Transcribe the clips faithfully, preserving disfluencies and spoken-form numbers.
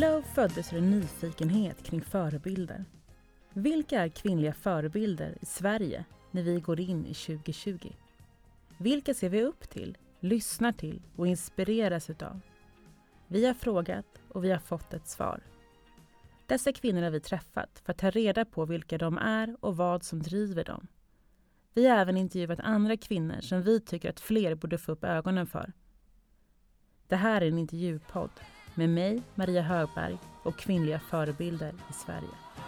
Flow föddes ur en nyfikenhet kring förebilder. Vilka är kvinnliga förebilder i Sverige när vi går in i tjugo tjugo? Vilka ser vi upp till, lyssnar till och inspireras utav? Vi har frågat och vi har fått ett svar. Dessa kvinnor har vi träffat för att ta reda på vilka de är och vad som driver dem. Vi har även intervjuat andra kvinnor som vi tycker att fler borde få upp ögonen för. Det här är en intervjupodd med mig, Maria Högberg, och kvinnliga förebilder i Sverige.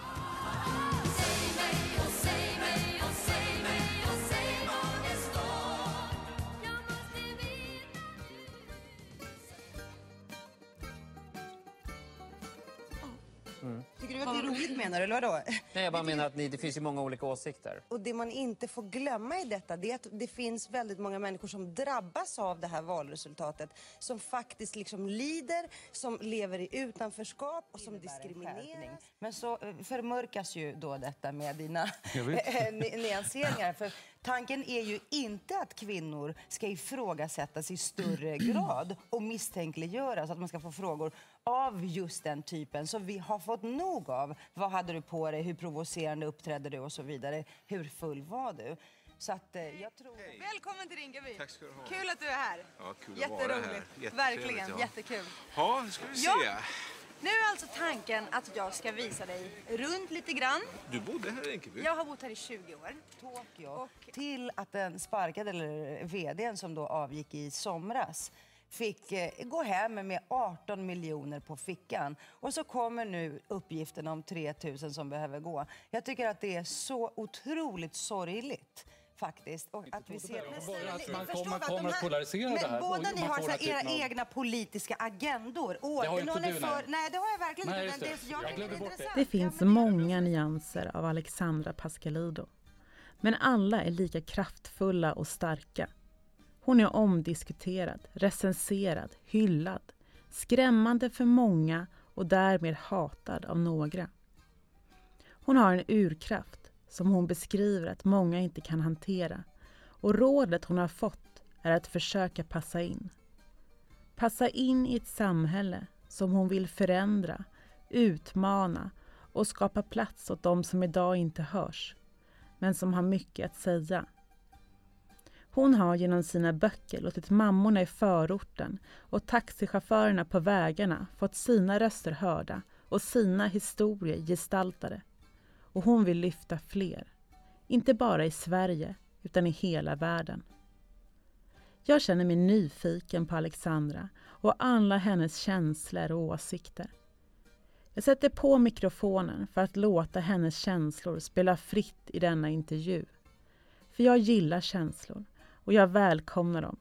Mm. Tycker du att det är roligt, menar du, eller vadå? Nej, jag bara menar att ni, det finns ju många olika åsikter. Och det man inte får glömma i detta, det är att det finns väldigt många människor som drabbas av det här valresultatet. Som faktiskt liksom lider, som lever i utanförskap och som diskrimineras. Men så förmörkas ju då detta med dina nyanseringar. För tanken är ju inte att kvinnor ska ifrågasättas i större grad och misstänkliggöras, att man ska få frågor av just den typen som vi har fått nog av. Vad hade du på dig? Hur provocerande uppträdde du? Och så vidare. Hur full var du? Så att eh, jag tror... Hej. Välkommen till Rinkeby. Tack ska du ha. Kul att du är här. Ja, kul att Jätteroligt. vara här. Verkligen, ja. jättekul. Ja, nu ska vi se. Ja. Nu är alltså tanken att jag ska visa dig runt lite grann. Du bodde här i Rinkeby? Jag har bott här i tjugo år. Tokyo. Och... Till att den sparkade, eller vdn som då avgick i somras, fick eh, gå hem med arton miljoner på fickan. Och så kommer nu uppgiften om tre tusen som behöver gå. Jag tycker att det är så otroligt sorgligt. Faktiskt. Och att vi ser att man kommer, kommer att polarisera men det här. Båda ni har så här, era av... egna politiska agendor. Åh, det har inte någon du, är för... nej. nej, det har jag verkligen nej, inte. Det. Det, jag jag glömde bort det. Det finns många nyanser av Alexandra Pascalidou. Men alla är lika kraftfulla och starka. Hon är omdiskuterad, recenserad, hyllad, skrämmande för många och därmed hatad av några. Hon har en urkraft som hon beskriver att många inte kan hantera, och rådet hon har fått är att försöka passa in. Passa in i ett samhälle som hon vill förändra, utmana och skapa plats åt de som idag inte hörs, men som har mycket att säga. Hon har genom sina böcker låtit mammorna i förorten och taxichaufförerna på vägarna fått sina röster hörda och sina historier gestaltade. Och hon vill lyfta fler, inte bara i Sverige utan i hela världen. Jag känner mig nyfiken på Alexandra och alla hennes känslor och åsikter. Jag sätter på mikrofonen för att låta hennes känslor spela fritt i denna intervju. För jag gillar känslor. Och jag välkomnar dem.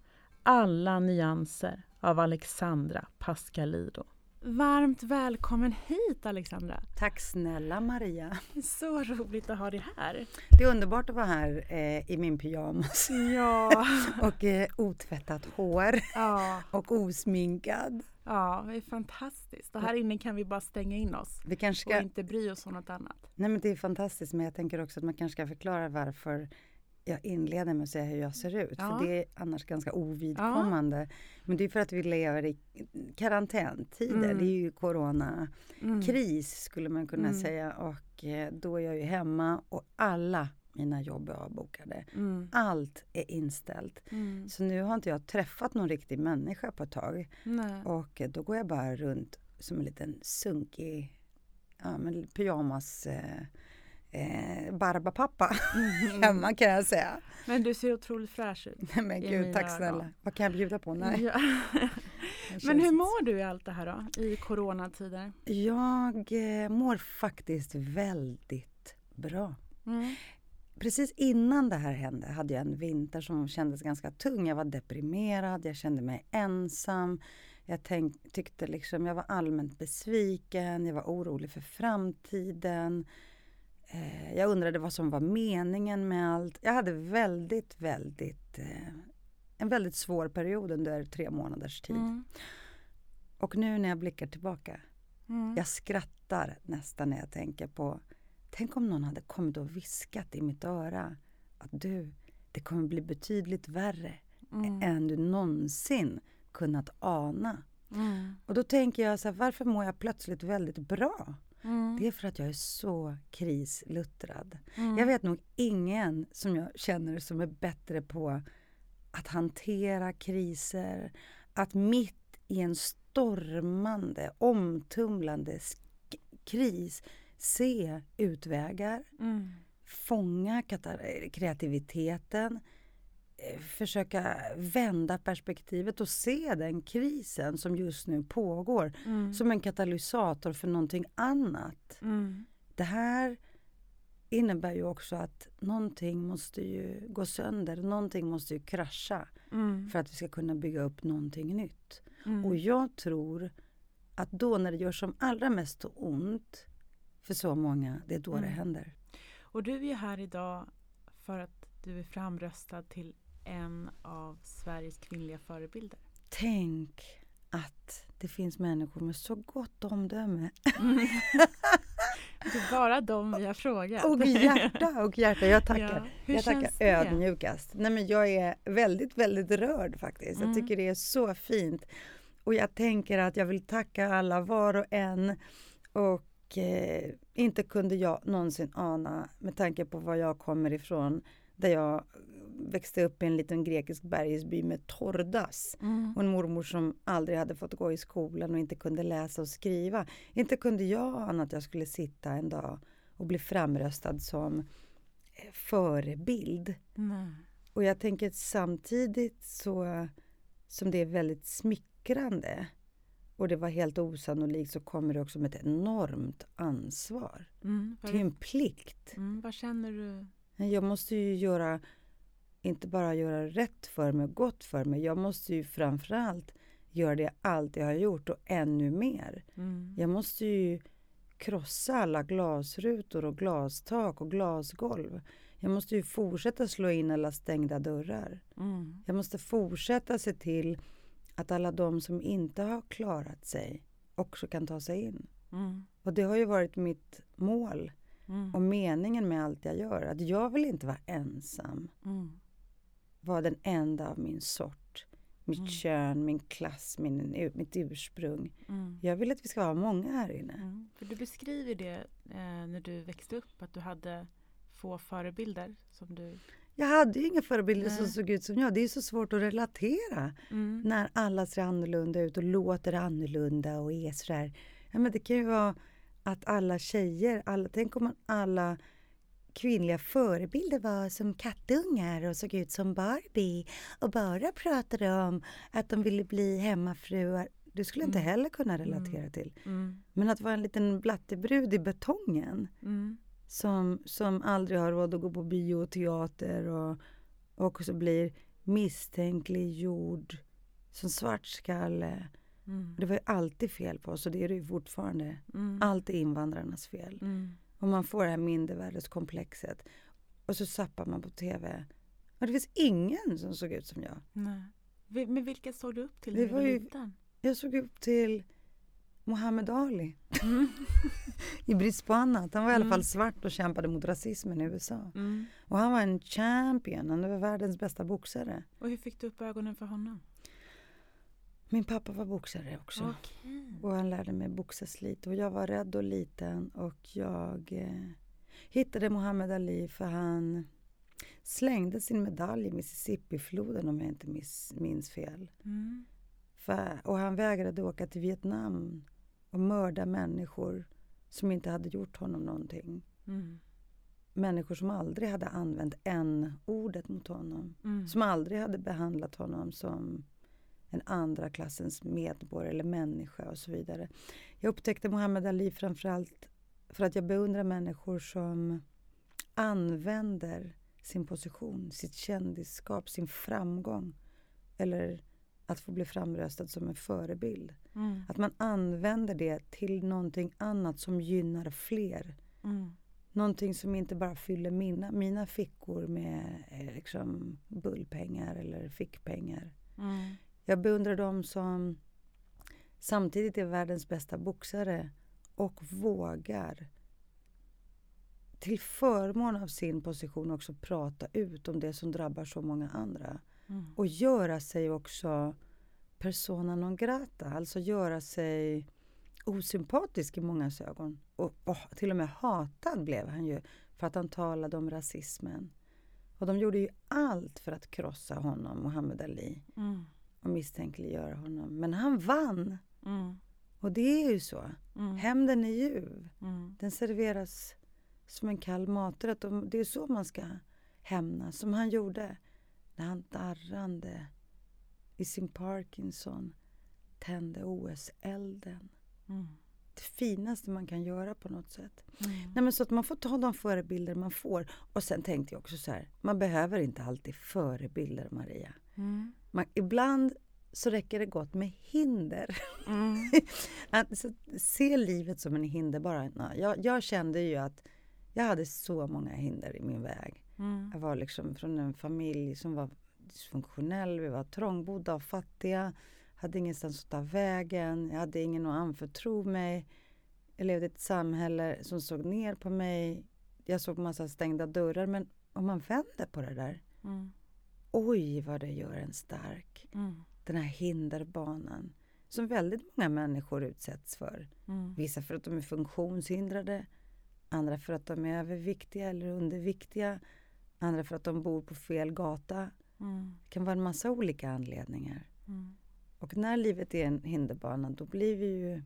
Alla nyanser av Alexandra Pascalidou. Varmt välkommen hit, Alexandra. Tack snälla, Maria. Så roligt att ha dig här. Det är underbart att vara här eh, i min pyjamas. Ja. och eh, otvättat hår. Ja. Och osminkad. Ja, det är fantastiskt. Och här inne kan vi bara stänga in oss. Vi kanske ska... Och inte bry oss om något annat. Nej, men det är fantastiskt. Men jag tänker också att man kanske ska förklara varför jag inleder med att säga hur jag ser ut. Ja. För det är annars ganska ovidkommande. Ja. Men det är för att vi lever i karantäntider. Mm. Det är ju coronakris mm. skulle man kunna mm. säga. Och eh, då är jag ju hemma och alla mina jobb är avbokade. Mm. Allt är inställt. Mm. Så nu har inte jag träffat någon riktig människa på ett tag. Nej. Och eh, då går jag bara runt som en liten sunkig ja, men pyjamas... Eh, Eh, barbapappa mm. hemma kan jag säga. Men du ser otroligt fräsch ut. Nej men gud, tack snälla. Ögon. Vad kan jag bjuda på? Nej. Ja. Men hur mår du i allt det här då? I coronatider? Jag eh, mår faktiskt väldigt bra. Mm. Precis innan det här hände hade jag en vinter som kändes ganska tung. Jag var deprimerad, jag kände mig ensam. Jag tänk, tyckte liksom, jag var allmänt besviken. Jag var orolig för framtiden. Jag undrade vad som var meningen med allt. Jag hade väldigt, väldigt eh, en väldigt svår period under tre månaders tid. Mm. Och nu när jag blickar tillbaka, mm. jag skrattar nästan när jag tänker på, tänk om någon hade kommit och viskat i mitt öra att du, det kommer bli betydligt värre mm. än du någonsin kunnat ana Mm. Och då tänker jag så här, varför mår jag plötsligt väldigt bra? Mm. Det är för att jag är så krisluttrad. Mm. Jag vet nog ingen som jag känner som är bättre på att hantera kriser. Att mitt i en stormande, omtumlande sk- kris se utvägar. Mm. Fånga katar- kreativiteten. eh, Försöka vända perspektivet och se den krisen som just nu pågår Mm. som en katalysator för någonting annat. Mm. Det här innebär ju också att någonting måste ju gå sönder, någonting måste ju krascha Mm. för att vi ska kunna bygga upp någonting nytt. Mm. Och jag tror att då när det gör som allra mest ont för så många, det är då Mm. det händer. Och du är ju här idag för att du är framröstad till en av Sveriges kvinnliga förebilder. Tänk att det finns människor med så gott omdöme. Det är bara dem vi har frågat. Och hjärta, och hjärta. Jag tackar. Ja, hur Jag tackar känns det? ödmjukast. Nej, men jag är väldigt, väldigt rörd faktiskt. Mm. Jag tycker det är så fint. Och jag tänker att jag vill tacka alla var och en. Och eh, inte kunde jag någonsin ana, med tanke på var jag kommer ifrån, där jag växte upp i en liten grekisk bergsby med torrdass. Mm. Och en mormor som aldrig hade fått gå i skolan och inte kunde läsa och skriva. Inte kunde jag ana att jag skulle sitta en dag och bli framröstad som eh, förebild. Nej. Och jag tänker att samtidigt så som det är väldigt smickrande och det var helt osannolikt, så kommer det också med ett enormt ansvar. Mm. Det är en plikt. Mm. Vad känner du? Jag måste ju göra, inte bara göra rätt för mig, gott för mig. Jag måste ju framförallt göra det jag alltid har gjort och ännu mer. Mm. Jag måste ju krossa alla glasrutor och glastak och glasgolv. Jag måste ju fortsätta slå in alla stängda dörrar. Mm. Jag måste fortsätta se till att alla de som inte har klarat sig också kan ta sig in. Mm. Och det har ju varit mitt mål Mm. och meningen med allt jag gör. Att jag vill inte vara ensam. Mm. Vara den enda av min sort. Mitt Mm. kön, min klass, min, mitt ursprung. Mm. Jag vill att vi ska vara många här inne. Mm. För du beskriver det eh, när du växte upp, att du hade få förebilder som du... Jag hade ju inga förebilder Nej. som såg ut som jag. Det är så svårt att relatera. Mm. När alla ser annorlunda ut och låter annorlunda och är sådär. Ja, men det kan ju vara att alla tjejer, alla, tänk om man alla kvinnliga förebilder var som kattungar och såg ut som Barbie och bara pratade om att de ville bli hemmafruar. Du skulle inte Mm. heller kunna relatera Mm. till. Mm. Men att vara en liten blattebrud i betongen Mm. som, som aldrig har råd att gå på bio och teater och, och också blir misstänkliggjord som svartskalle. Mm. Det var ju alltid fel på oss och det är det ju fortfarande. Mm. Allt är invandrarnas fel. Mm. Och man får det här mindervärdeskomplexet. Och så zappar man på tv. Och det finns ingen som såg ut som jag. Nej. Vi- Men vilka såg du upp till Det när du var var ju- liten? Jag såg upp till Muhammad Ali. Mm. I brist på annat. Han var i alla Mm. fall svart och kämpade mot rasismen i U S A. Mm. Och han var en champion. Han var världens bästa boxare. Och hur fick du upp ögonen för honom? Min pappa var boxare också. Okej. Och han lärde mig boxas lite. Och jag var rädd och liten. Och jag eh, hittade Muhammad Ali för han slängde sin medalj i Mississippi-floden om jag inte miss, minns fel. Mm. För, och han vägrade åka till Vietnam och mörda människor som inte hade gjort honom någonting. Mm. Människor som aldrig hade använt en-ordet mot honom. Mm. Som aldrig hade behandlat honom som en andra klassens medborgare eller människa och så vidare. Jag upptäckte Muhammad Ali framförallt för att jag beundrar människor som använder sin position, sitt kändisskap, sin framgång eller att få bli framröstad som en förebild. Mm. Att man använder det till någonting annat som gynnar fler. Mm. Någonting som inte bara fyller mina, mina fickor med eh, liksom bullpengar eller fickpengar. Mm. Jag beundrar dem som samtidigt är världens bästa boxare och vågar till förmån av sin position också prata ut om det som drabbar så många andra. Mm. Och göra sig också persona non grata. Alltså göra sig osympatisk i mångas ögon. Och, och till och med hatad blev han ju för att han talade om rasismen. Och de gjorde ju allt för att krossa honom, Muhammad Ali. Mm. Och misstänkliggöra honom. Men han vann. Mm. Och det är ju så. Mm. Hämnden är ljuv. Mm. Den serveras som en kall maträtt. Och det är så man ska hämna. Som han gjorde när han darrande i sin Parkinson tände O S-elden. Mm. Det finaste man kan göra på något sätt. Mm. Nej, men så att man får ta de förebilder man får. Och sen tänkte jag också så här. Man behöver inte alltid förebilder, Maria. Mm. Man, ibland så räcker det gott med hinder. Mm. Att så, se livet som en hinder bara. Ja, jag, jag kände ju att jag hade så många hinder i min väg. Mm. Jag var liksom från en familj som var dysfunktionell. Vi var trångbodda och fattiga. Hade ingenstans att ta vägen. Jag hade ingen att anförtro mig. Jag levde i ett samhälle som såg ner på mig. Jag såg massa stängda dörrar. Men om man vänder på det där. Mm. Oj, vad det gör en stark. Mm. Den här hinderbanan. Som väldigt många människor utsätts för. Mm. Vissa för att de är funktionshindrade. Andra för att de är överviktiga eller underviktiga. Andra för att de bor på fel gata. Mm. Det kan vara en massa olika anledningar. Mm. Och när livet är en hinderbana, då blir vi ju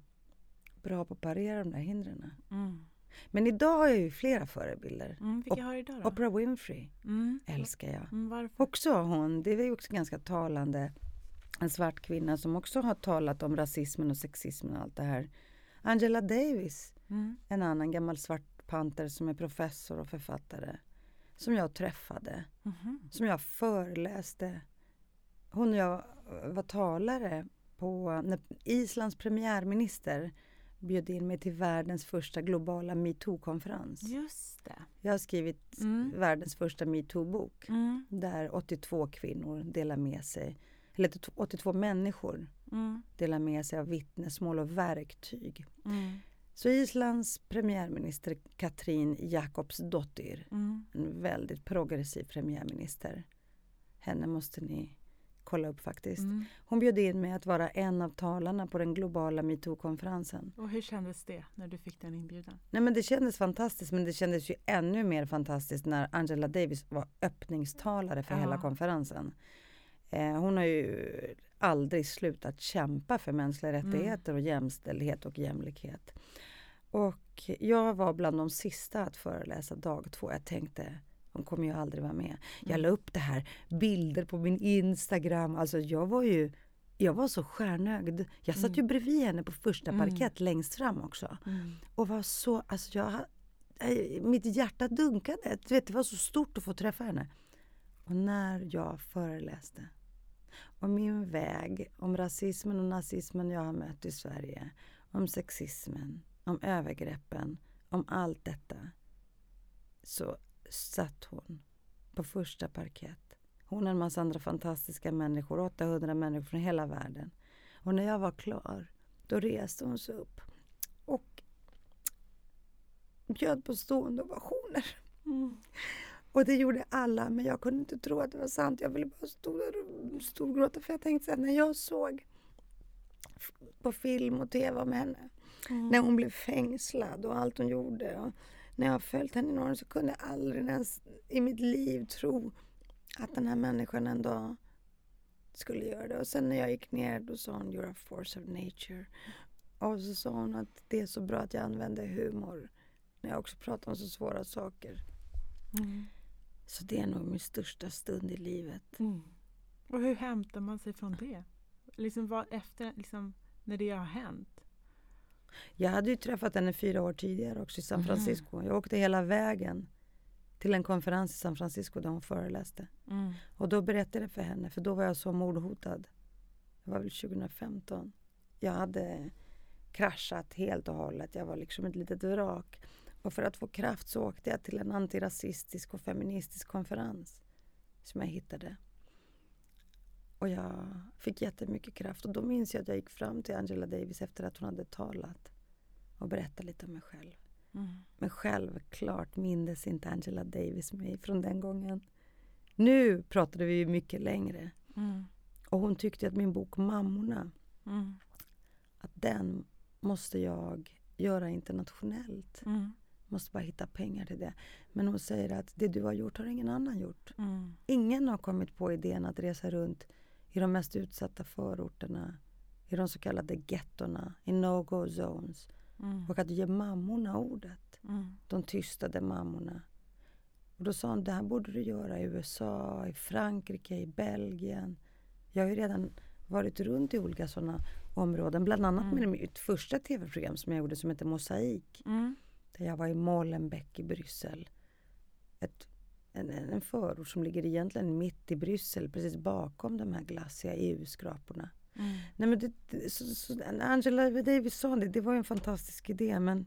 bra på att parera de där hindren. Mm. Men idag har jag ju flera förebilder. Mm. Vilka har du idag då? Oprah Winfrey Mm. älskar jag. Mm. Varför? Också hon, det är ju också ganska talande. En svart kvinna som också har talat om rasismen och sexismen och allt det här. Angela Davis, Mm. en annan gammal svart panter som är professor och författare. Som jag träffade. Mhm. Som jag föreläste. Hon och jag var talare på när Islands premiärminister bjöd in mig till världens första globala MeToo-konferens. Just det. Jag har skrivit Mm. världens första MeToo-bok. Mm. Där åttiotvå kvinnor delar med sig. Eller åttiotvå människor Mm. delar med sig av vittnesmål och verktyg. Mm. Så Islands premiärminister Katrín Jakobsdóttir, Mm. en väldigt progressiv premiärminister. Henne måste ni kolla upp faktiskt. Mm. Hon bjöd in mig att vara en av talarna på den globala MeToo-konferensen. Och hur kändes det när du fick den inbjudan? Nej, men det kändes fantastiskt, men det kändes ju ännu mer fantastiskt när Angela Davis var öppningstalare för Ja. hela konferensen. Eh, hon har ju aldrig slutat kämpa för mänskliga rättigheter och jämställdhet och jämlikhet. Och jag var bland de sista att föreläsa dag två. Jag tänkte, hon kommer ju aldrig vara med. Jag la upp det här, bilder på min Instagram. Alltså jag var ju, jag var så stjärnögd. Jag satt ju bredvid henne på första parkett längst fram också. Mm. Och var så, alltså jag, eh, mitt hjärta dunkade. Du vet, det var så stort att få träffa henne. Och när jag föreläste om min väg, om rasismen och nazismen jag har mött i Sverige, om sexismen, om övergreppen, om allt detta, så satt hon på första parkett. Hon och en massa andra fantastiska människor, åttahundra människor från hela världen. Och när jag var klar, då reste hon sig upp och bjöd på stående ovationer. Mm. Och det gjorde alla, men jag kunde inte tro att det var sant. Jag ville bara stå där och storgråta, för jag tänkte så här, när jag såg på film och tv om henne, Mm. när hon blev fängslad och allt hon gjorde, och när jag har följt henne i åren, så kunde jag aldrig ens i mitt liv tro att den här människan en dag skulle göra det. Och sen när jag gick ner, då sa hon, you're a force of nature. Och så sa hon att det är så bra att jag använder humor när jag också pratar om så svåra saker. Mm. Så det är nog min största stund i livet. Mm. Och hur hämtar man sig från det? Liksom vad efter, liksom, när det har hänt? Jag hade ju träffat henne fyra år tidigare också i San Mhm. Francisco. Jag åkte hela vägen till en konferens i San Francisco där hon föreläste. Mm. Och då berättade jag för henne, för då var jag så mordhotad. Det var väl tjugohundrafemton. Jag hade kraschat helt och hållet. Jag var liksom ett litet vrak. Och för att få kraft så åkte jag till en antirasistisk och feministisk konferens som jag hittade. Och jag fick jättemycket kraft. Och då minns jag att jag gick fram till Angela Davis efter att hon hade talat och berättat lite om mig själv. Mm. Men självklart mindes inte Angela Davis mig från den gången. Nu pratade vi ju mycket längre. Mm. Och hon tyckte att min bok Mammorna, Mm. att den måste jag göra internationellt. Mm. Måste bara hitta pengar till det. Men hon säger att det du har gjort har ingen annan gjort. Mm. Ingen har kommit på idén att resa runt i de mest utsatta förorterna, i de så kallade gettorna, i no-go zones. Mm. Och att ge mammorna ordet. Mm. De tystade mammorna. Och då sa hon, det här borde du göra i U S A, i Frankrike, i Belgien. Jag har ju redan varit runt i olika sådana områden. Bland annat Mm. med mitt första tv-program som jag gjorde som heter Mosaik. Mm. Där jag var i Molenbeek i Bryssel. Ett, en, en förort som ligger egentligen mitt i Bryssel. Precis bakom de här glassiga E U-skraporna. Mm. Nej, men det, det, så, så, Angela Davis sa det, det var ju en fantastisk idé, men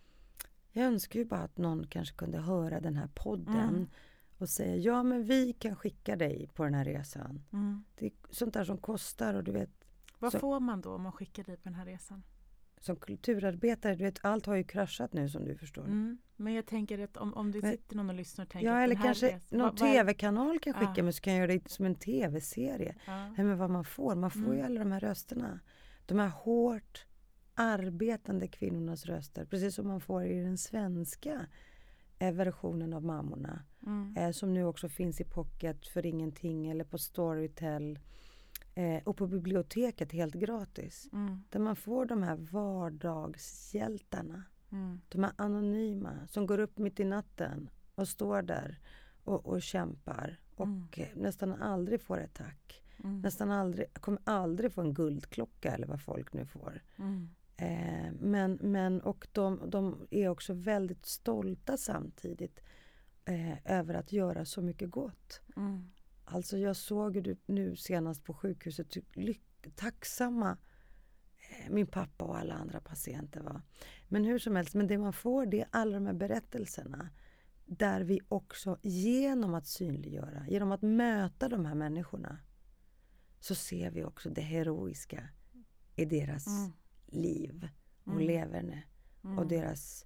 jag önskar ju bara att någon kanske kunde höra den här podden Mm. och säga, ja men vi kan skicka dig på den här resan. Mm. Det är sånt där som kostar och du vet, Vad Så- får man då om man skickar dig på den här resan? som kulturarbetare, du vet, allt har ju kraschat nu som du förstår. Mm. Men jag tänker att om, om det Men- sitter någon och lyssnar och tänker Ja, att eller den här kanske resan- någon vad- vad är- tv-kanal kan skicka Ja. mig så kan jag göra det som en tv-serie. Ja. Nej, men vad man får, man får ju Mm. alla de här rösterna. De här hårt arbetande kvinnornas röster, precis som man får i den svenska eh, versionen av Mammorna. Mm. Eh, som nu också finns i pocket för ingenting eller på Storytel. Eh, och på biblioteket helt gratis. Mm. Där man får de här vardagshjältarna. Mm. De här anonyma som går upp mitt i natten och står där och, och kämpar. Och Mm. eh, nästan aldrig får ett tack. Mm. Nästan aldrig, kommer aldrig få en guldklocka eller vad folk nu får. Mm. Eh, men, men, och de, de är också väldigt stolta samtidigt eh, över att göra så mycket gott. Mm. Alltså jag såg ju det nu senast på sjukhuset hur lyck- tacksamma eh, min pappa och alla andra patienter var. Men hur som helst, men det man får det är alla de här berättelserna där vi också genom att synliggöra, genom att möta de här människorna så ser vi också det heroiska i deras Mm. liv och Mm. leverne Mm. och deras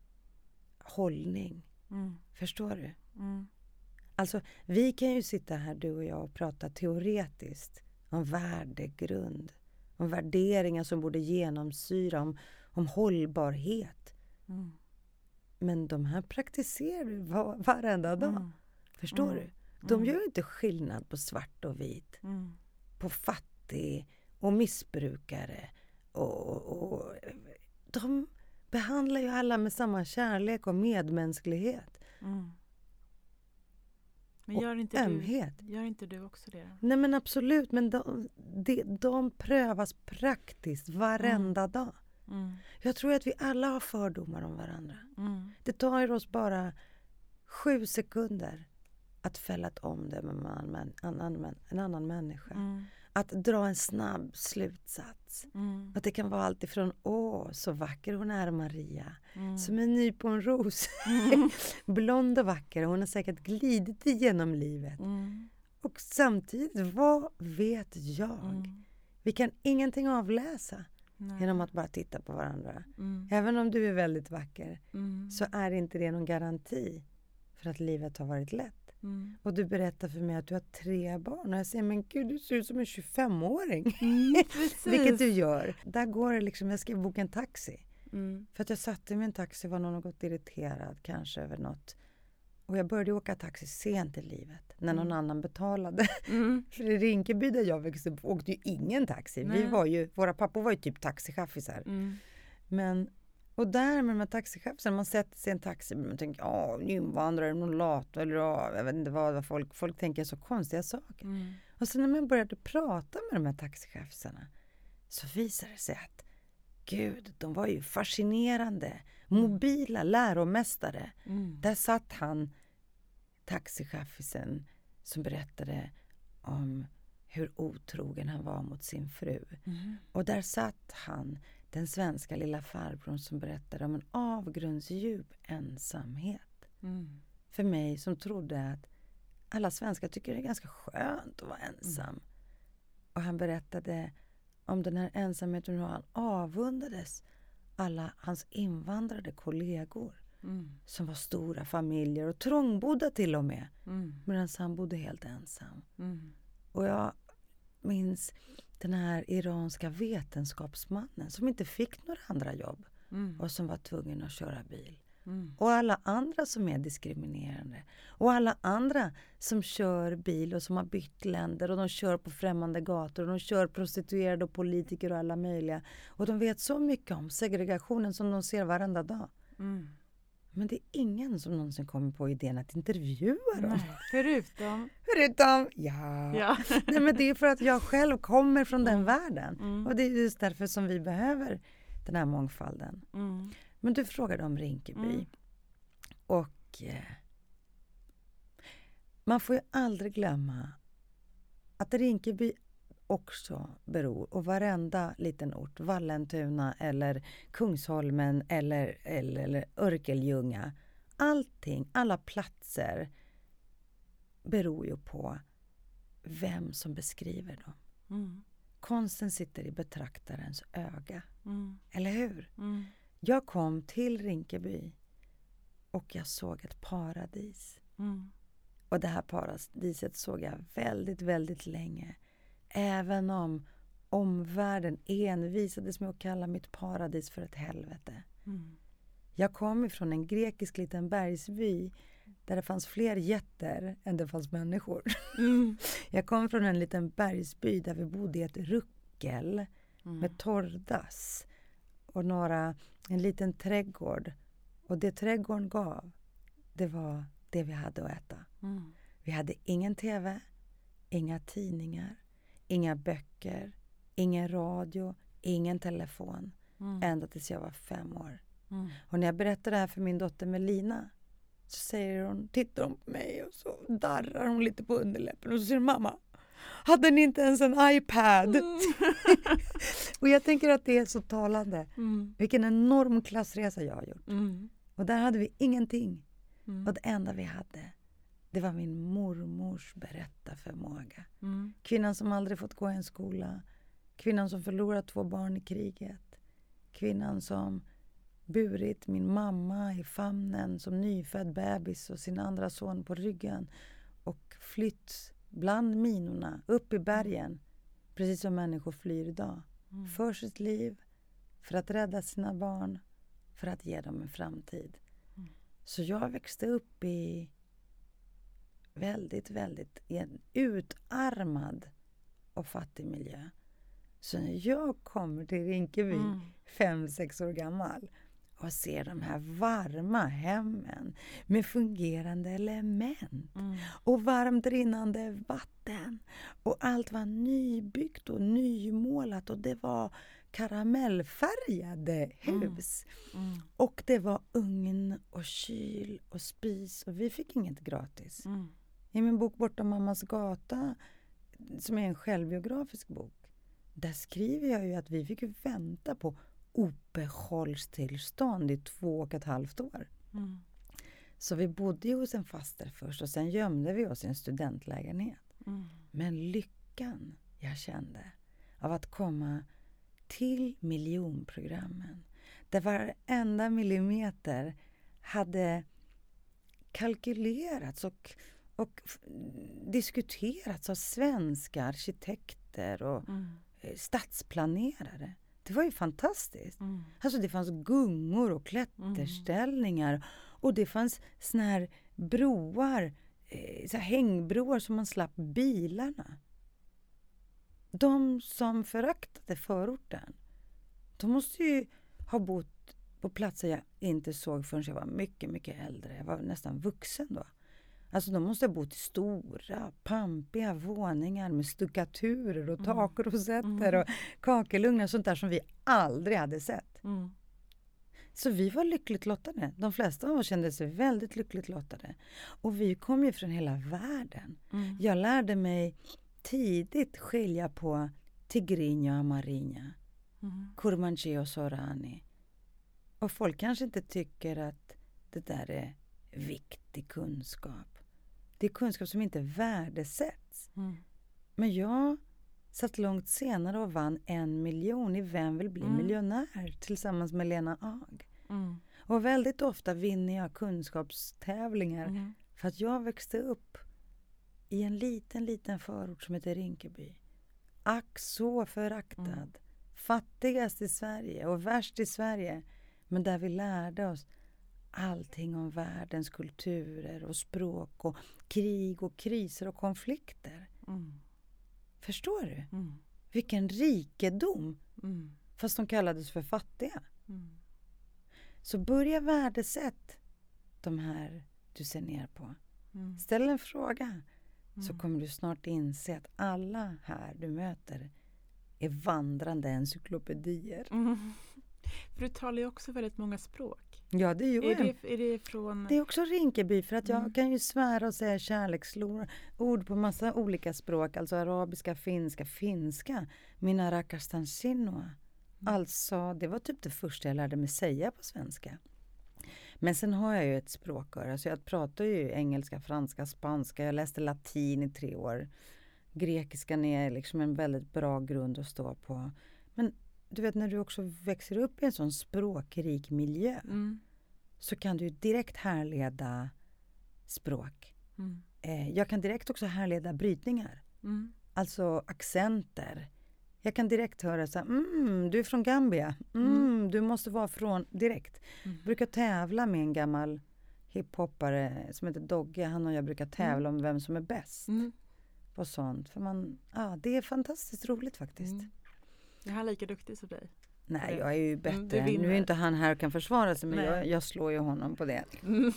hållning. Mm. Förstår du? Mm. Alltså, vi kan ju sitta här, du och jag, och prata teoretiskt om värdegrund, om värderingar som borde genomsyra, om, om hållbarhet. Mm. Men de här praktiserar du var, varenda dag. Mm. Förstår Mm. du? De Mm. gör ju inte skillnad på svart och vit, Mm. på fattig och missbrukare. Och, och, och, de behandlar ju alla med samma kärlek och medmänsklighet. Mm. Men Och gör inte, ömhet. du, gör inte du också det då? Nej men absolut, men de, de, de prövas praktiskt varenda dag. Mm. Jag tror att vi alla har fördomar om varandra. Mm. Det tar oss bara sju sekunder att fälla ett omdöme med en annan, en annan, en annan människa. Mm. Att dra en snabb slutsats. Mm. Att det kan vara allt ifrån, åh så vacker hon är Maria. Mm. Som en nyponros. Blond och vacker. Hon har säkert glidit igenom livet. Mm. Och samtidigt, vad vet jag? Mm. Vi kan ingenting avläsa Nej. genom att bara titta på varandra. Mm. Även om du är väldigt vacker Mm. så är inte det någon garanti för att livet har varit lätt. Mm. Och du berättar för mig att du har tre barn och jag säger, men gud du ser ut som en tjugofemåring. Mm, precis. Vilket du gör. Där går det liksom, jag skrev boken Taxi. Mm. För att jag satte mig i en taxi, var någon gått irriterad kanske över något. Och jag började åka taxi sent i livet. När någon Mm. annan betalade. Mm. För i Rinkeby där jag växte upp åkte ju ingen taxi. Vi Nej. var ju, våra pappor var ju typ taxichaffisar. Mm. Men, och där med de här taxichaffisarna, man sätter sig i en taxi och man tänker, ja, en invandrare, någon lat eller ja, jag vet inte vad, vad folk, folk tänker så konstiga saker. Mm. Och sen när man började prata med de här taxichaffisarna så visade det sig att gud, de var ju fascinerande, mobila läromästare. Mm. Där satt han, taxichaffisen, som berättade om hur otrogen han var mot sin fru. Mm. Och där satt han, den svenska lilla farbrorn, som berättade om en avgrundsdjup ensamhet. Mm. För mig som trodde att alla svenskar tycker det är ganska skönt att vara ensam. Mm. Och han berättade om den här ensamheten, hur han avundades alla hans invandrade kollegor. Mm. Som var stora familjer och trångbodda till och med. Mm. Medan han bodde helt ensam. Mm. Och jag minns den här iranska vetenskapsmannen som inte fick några andra jobb Mm. och som var tvungen att köra bil. Mm. Och alla andra som är diskriminerande. Och alla andra som kör bil och som har bytt länder och de kör på främmande gator och de kör prostituerade och politiker och alla möjliga. Och de vet så mycket om segregationen som de ser varenda dag. Mm. Men det är ingen som någonsin kommer på idén att intervjua dem. Nej, förutom... Förutom, ja. Ja. Nej, men det är för att jag själv kommer från den världen. Mm. Och det är just därför som vi behöver den här mångfalden. Mm. Men du frågade om Rinkeby. Mm. Och eh, man får ju aldrig glömma att Rinkeby också beror, och varenda liten ort, Vallentuna eller Kungsholmen eller, eller, eller Örkelljunga, allting, alla platser beror ju på vem som beskriver dem. Mm. Konsten sitter i betraktarens öga, Mm. eller hur? Mm. Jag kom till Rinkeby och jag såg ett paradis. Mm. Och det här paradiset såg jag väldigt, väldigt länge. Även om omvärlden envisades med att kalla mitt paradis för ett helvete. Mm. Jag kom ifrån en grekisk liten bergsby där det fanns fler getter än det fanns människor. Mm. Jag kom från en liten bergsby där vi bodde i ett ruckel Mm. med torrdass och några, en liten trädgård. Och det trädgården gav, det var det vi hade att äta. Mm. Vi hade ingen tv, inga tidningar, inga böcker, ingen radio, ingen telefon. Mm. Ända tills jag var fem år. Mm. Och när jag berättar det här för min dotter Melina så säger hon, tittar hon på mig och så darrar hon lite på underläppen och så säger mamma, hade ni inte ens en iPad? Mm. Och jag tänker att det är så talande. Mm. Vilken enorm klassresa jag har gjort. Mm. Och där hade vi ingenting. Mm. Och det enda vi hade, det var min mormors berättarförmåga. Mm. Kvinnan som aldrig fått gå i en skola. Kvinnan som förlorat två barn i kriget. Kvinnan som burit min mamma i famnen som nyfödd bebis och sin andra son på ryggen. Och flytt bland minorna upp i bergen. Precis som människor flyr idag. Mm. För sitt liv, för att rädda sina barn, för att ge dem en framtid. Mm. Så jag växte upp i väldigt, väldigt i en utarmad och fattig miljö. Så när jag kommer till Rinkeby, Mm. fem, sex år gammal, och ser de här varma hemmen med fungerande element Mm. och varmt rinnande vatten. Och allt var nybyggt och nymålat och det var karamellfärgade hus. Mm. Och det var ugn och kyl och spis och vi fick inget gratis. Mm. I min bok Bortom mammas gata, som är en självbiografisk bok, där skriver jag ju att vi fick vänta på uppehållstillstånd i två och ett halvt år. Mm. Så vi bodde ju hos en faster först och sen gömde vi oss i en studentlägenhet. Mm. Men lyckan jag kände av att komma till miljonprogrammen, där varenda millimeter hade kalkylerats och, och f- diskuterats av svenska arkitekter och Mm. eh, stadsplanerare. Det var ju fantastiskt. Mm. Alltså det fanns gungor och klätterställningar och det fanns såna här broar, eh, så här hängbroar som man slapp bilarna. De som föraktade förorten, de måste ju ha bott på platser jag inte såg förrän jag var mycket, mycket äldre. Jag var nästan vuxen då. Alltså de måste ha bott i stora, pampiga våningar med stuckaturer och takrosetter och kakelugnar och sånt där som vi aldrig hade sett. Mm. Så vi var lyckligt lottade. De flesta av oss kände sig väldigt lyckligt lottade. Och vi kom ju från hela världen. Mm. Jag lärde mig tidigt skilja på Tigrinho och Amarinha, Mm. Kurmanji och Sorani. Och folk kanske inte tycker att det där är viktig kunskap. Det är kunskap som inte värdesätts. Mm. Men jag satt långt senare och vann en miljon i Vem vill bli Mm. miljonär tillsammans med Lena Ag. Mm. Och väldigt ofta vinner jag kunskapstävlingar Mm. för att jag växte upp i en liten, liten förort som heter Rinkeby. ack så föraktad. Mm. Fattigast i Sverige och värst i Sverige. Men där vi lärde oss allting om världens kulturer och språk och krig och kriser och konflikter. Mm. Förstår du? Mm. Vilken rikedom. Mm. Fast de kallades för fattiga. Mm. Så börja värdesätt de här du ser ner på. Mm. Ställ en fråga. Mm. Så kommer du snart inse att alla här du möter är vandrande encyklopedier. Mm. För du talar ju också väldigt många språk. Ja, det gör är det, är det från... Det är också Rinkeby, för att jag mm. kan ju svära och säga kärleksord på massa olika språk. Alltså arabiska, finska, finska. Mina rakastan sinua. Mm. Alltså, det var typ det första jag lärde mig säga på svenska. Men sen har jag ju ett språköra. Så jag pratar ju engelska, franska, spanska. Jag läste latin i tre år. Grekiskan är liksom en väldigt bra grund att stå på. Men du vet, när du också växer upp i en sån språkrik miljö mm. så kan du direkt härleda språk. Mm. Eh, jag kan direkt också härleda brytningar. Mm. Alltså accenter. Jag kan direkt höra så här, mm, du är från Gambia. Mm, mm. Du måste vara från direkt. Mm. Jag brukar tävla med en gammal hiphoppare som heter Dogge. Han och jag brukar tävla mm. om vem som är bäst. Mm. Och sånt. För man, ja, det är fantastiskt roligt faktiskt. Mm. Är han lika duktig som dig? Nej, jag är ju bättre. Mm, nu är inte han här och kan försvara sig, men jag, jag slår ju honom på det. Mm.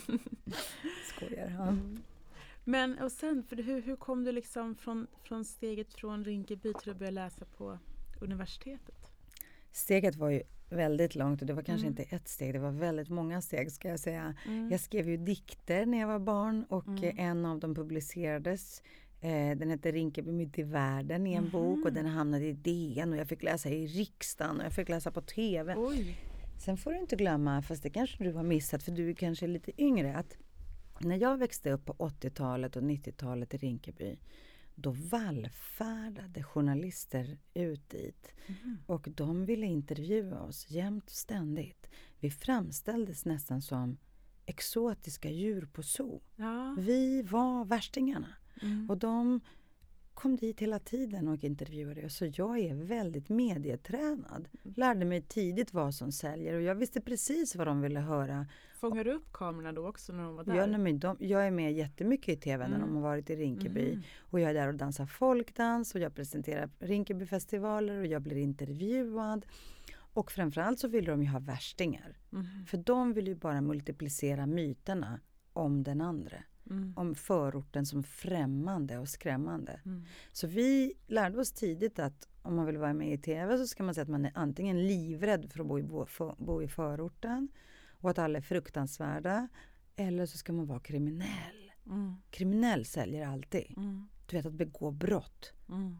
Skojar. Ja. Mm. Men och sen, för hur, hur kom du liksom från, från steget från Rinkeby till att börja läsa på universitetet? Steget var ju väldigt långt och det var kanske mm. inte ett steg, det var väldigt många steg ska jag säga. Mm. Jag skrev ju dikter när jag var barn och mm. en av dem publicerades. Den heter Rinkeby mitt i världen i en mm. bok och den hamnade i D N och jag fick läsa i riksdagen och jag fick läsa på tv. Oj. Sen får du inte glömma, fast det kanske du har missat för du är kanske lite yngre, att när jag växte upp på åttiotalet och nittiotalet i Rinkeby, då vallfärdade journalister ut dit mm. och de ville intervjua oss jämt och ständigt. Vi framställdes nästan som exotiska djur på zoo. Ja. Vi var värstingarna. Mm. Och de kom dit hela tiden och intervjuade oss. Så jag är väldigt medietränad. Lärde mig tidigt vad som säljer. Och jag visste precis vad de ville höra. Fångar du upp kamerorna då också när de var där? Ja, nej, de, jag är med jättemycket i tv mm. när de har varit i Rinkeby. Mm. Och jag är där och dansar folkdans. Och jag presenterar Rinkebyfestivaler. Och jag blir intervjuad. Och framförallt så vill de ju ha värstingar. Mm. För de vill ju bara multiplicera myterna om den andra. Mm. Om förorten som främmande och skrämmande. Mm. Så vi lärde oss tidigt att om man vill vara med i tv så ska man säga att man är antingen livrädd för att bo i, bo, för, bo i förorten och att alla är fruktansvärda, eller så ska man vara kriminell. Mm. Kriminell säljer alltid. Mm. Du vet, att begå brott. Mm.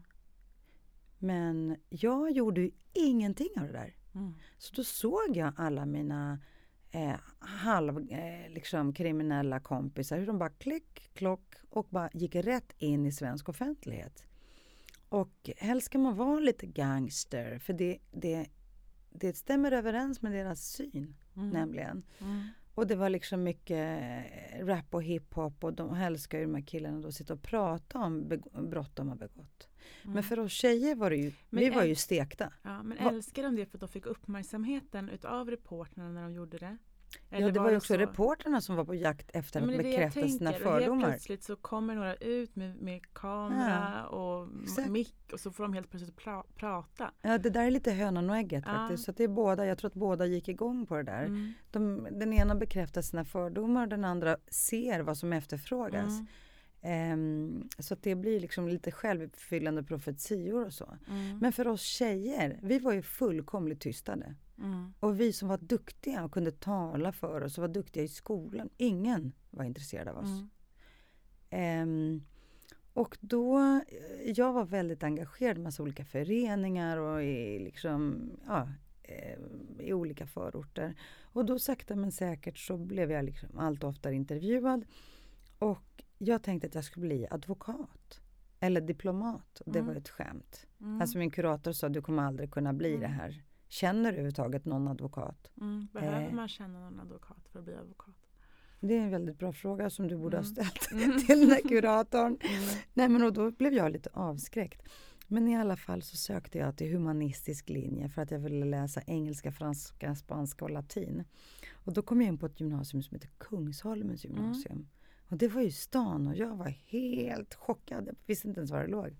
Men jag gjorde ju ingenting av det där. Mm. Så då såg jag alla mina Eh, halv eh, liksom kriminella kompisar, hur de bara klick, klock och bara gick rätt in i svensk offentlighet. Och helst ska man vara lite gangster, för det, det, det stämmer överens med deras syn, mm. nämligen. Mm. Och det var liksom mycket rap och hiphop och de älskar ju de här killarna då sitta och prata om beg- brott de har begått. Mm. Men för oss tjejer var det ju, men vi var ju stekta. Ja, men Va- älskar de det för att de fick uppmärksamheten utav reporterna när de gjorde det? Eller ja, det var, var ju också så... reporterna som var på jakt efter ja, att bekräfta sina fördomar. Och helt plötsligt så kommer några ut med, med kamera ja, och exakt. mick och så får de helt plötsligt pra- prata. Ja, det där är lite hönan och ägget ja. faktiskt. Så att det är båda, jag tror att båda gick igång på det där. Mm. De, den ena bekräftar sina fördomar och den andra ser vad som efterfrågas. Mm. Um, så att det blir liksom lite självuppfyllande profetior och så. Mm. Men för oss tjejer, vi var ju fullkomligt tystade. Mm. Och vi som var duktiga och kunde tala för oss och var duktiga i skolan, ingen var intresserad av oss. Mm. Um, och då, jag var väldigt engagerad i massa olika föreningar och i, liksom, ja, i olika förorter. Och då sakta men säkert så blev jag liksom allt oftare intervjuad. Och jag tänkte att jag skulle bli advokat. Eller diplomat. Och det mm. var ett skämt. Mm. Alltså min kurator sa, du kommer aldrig kunna bli mm. det här. Känner du överhuvudtaget någon advokat? Mm. Behöver eh, man känna någon advokat för att bli advokat? Det är en väldigt bra fråga som du borde mm. ha ställt mm. till den här kuratorn. Mm. Nej, men och då blev jag lite avskräckt. Men i alla fall så sökte jag till humanistisk linje för att jag ville läsa engelska, franska, spanska och latin. Och då kom jag in på ett gymnasium som heter Kungsholmens gymnasium. Mm. Och det var ju stan och jag var helt chockad. Jag visste inte ens var det låg.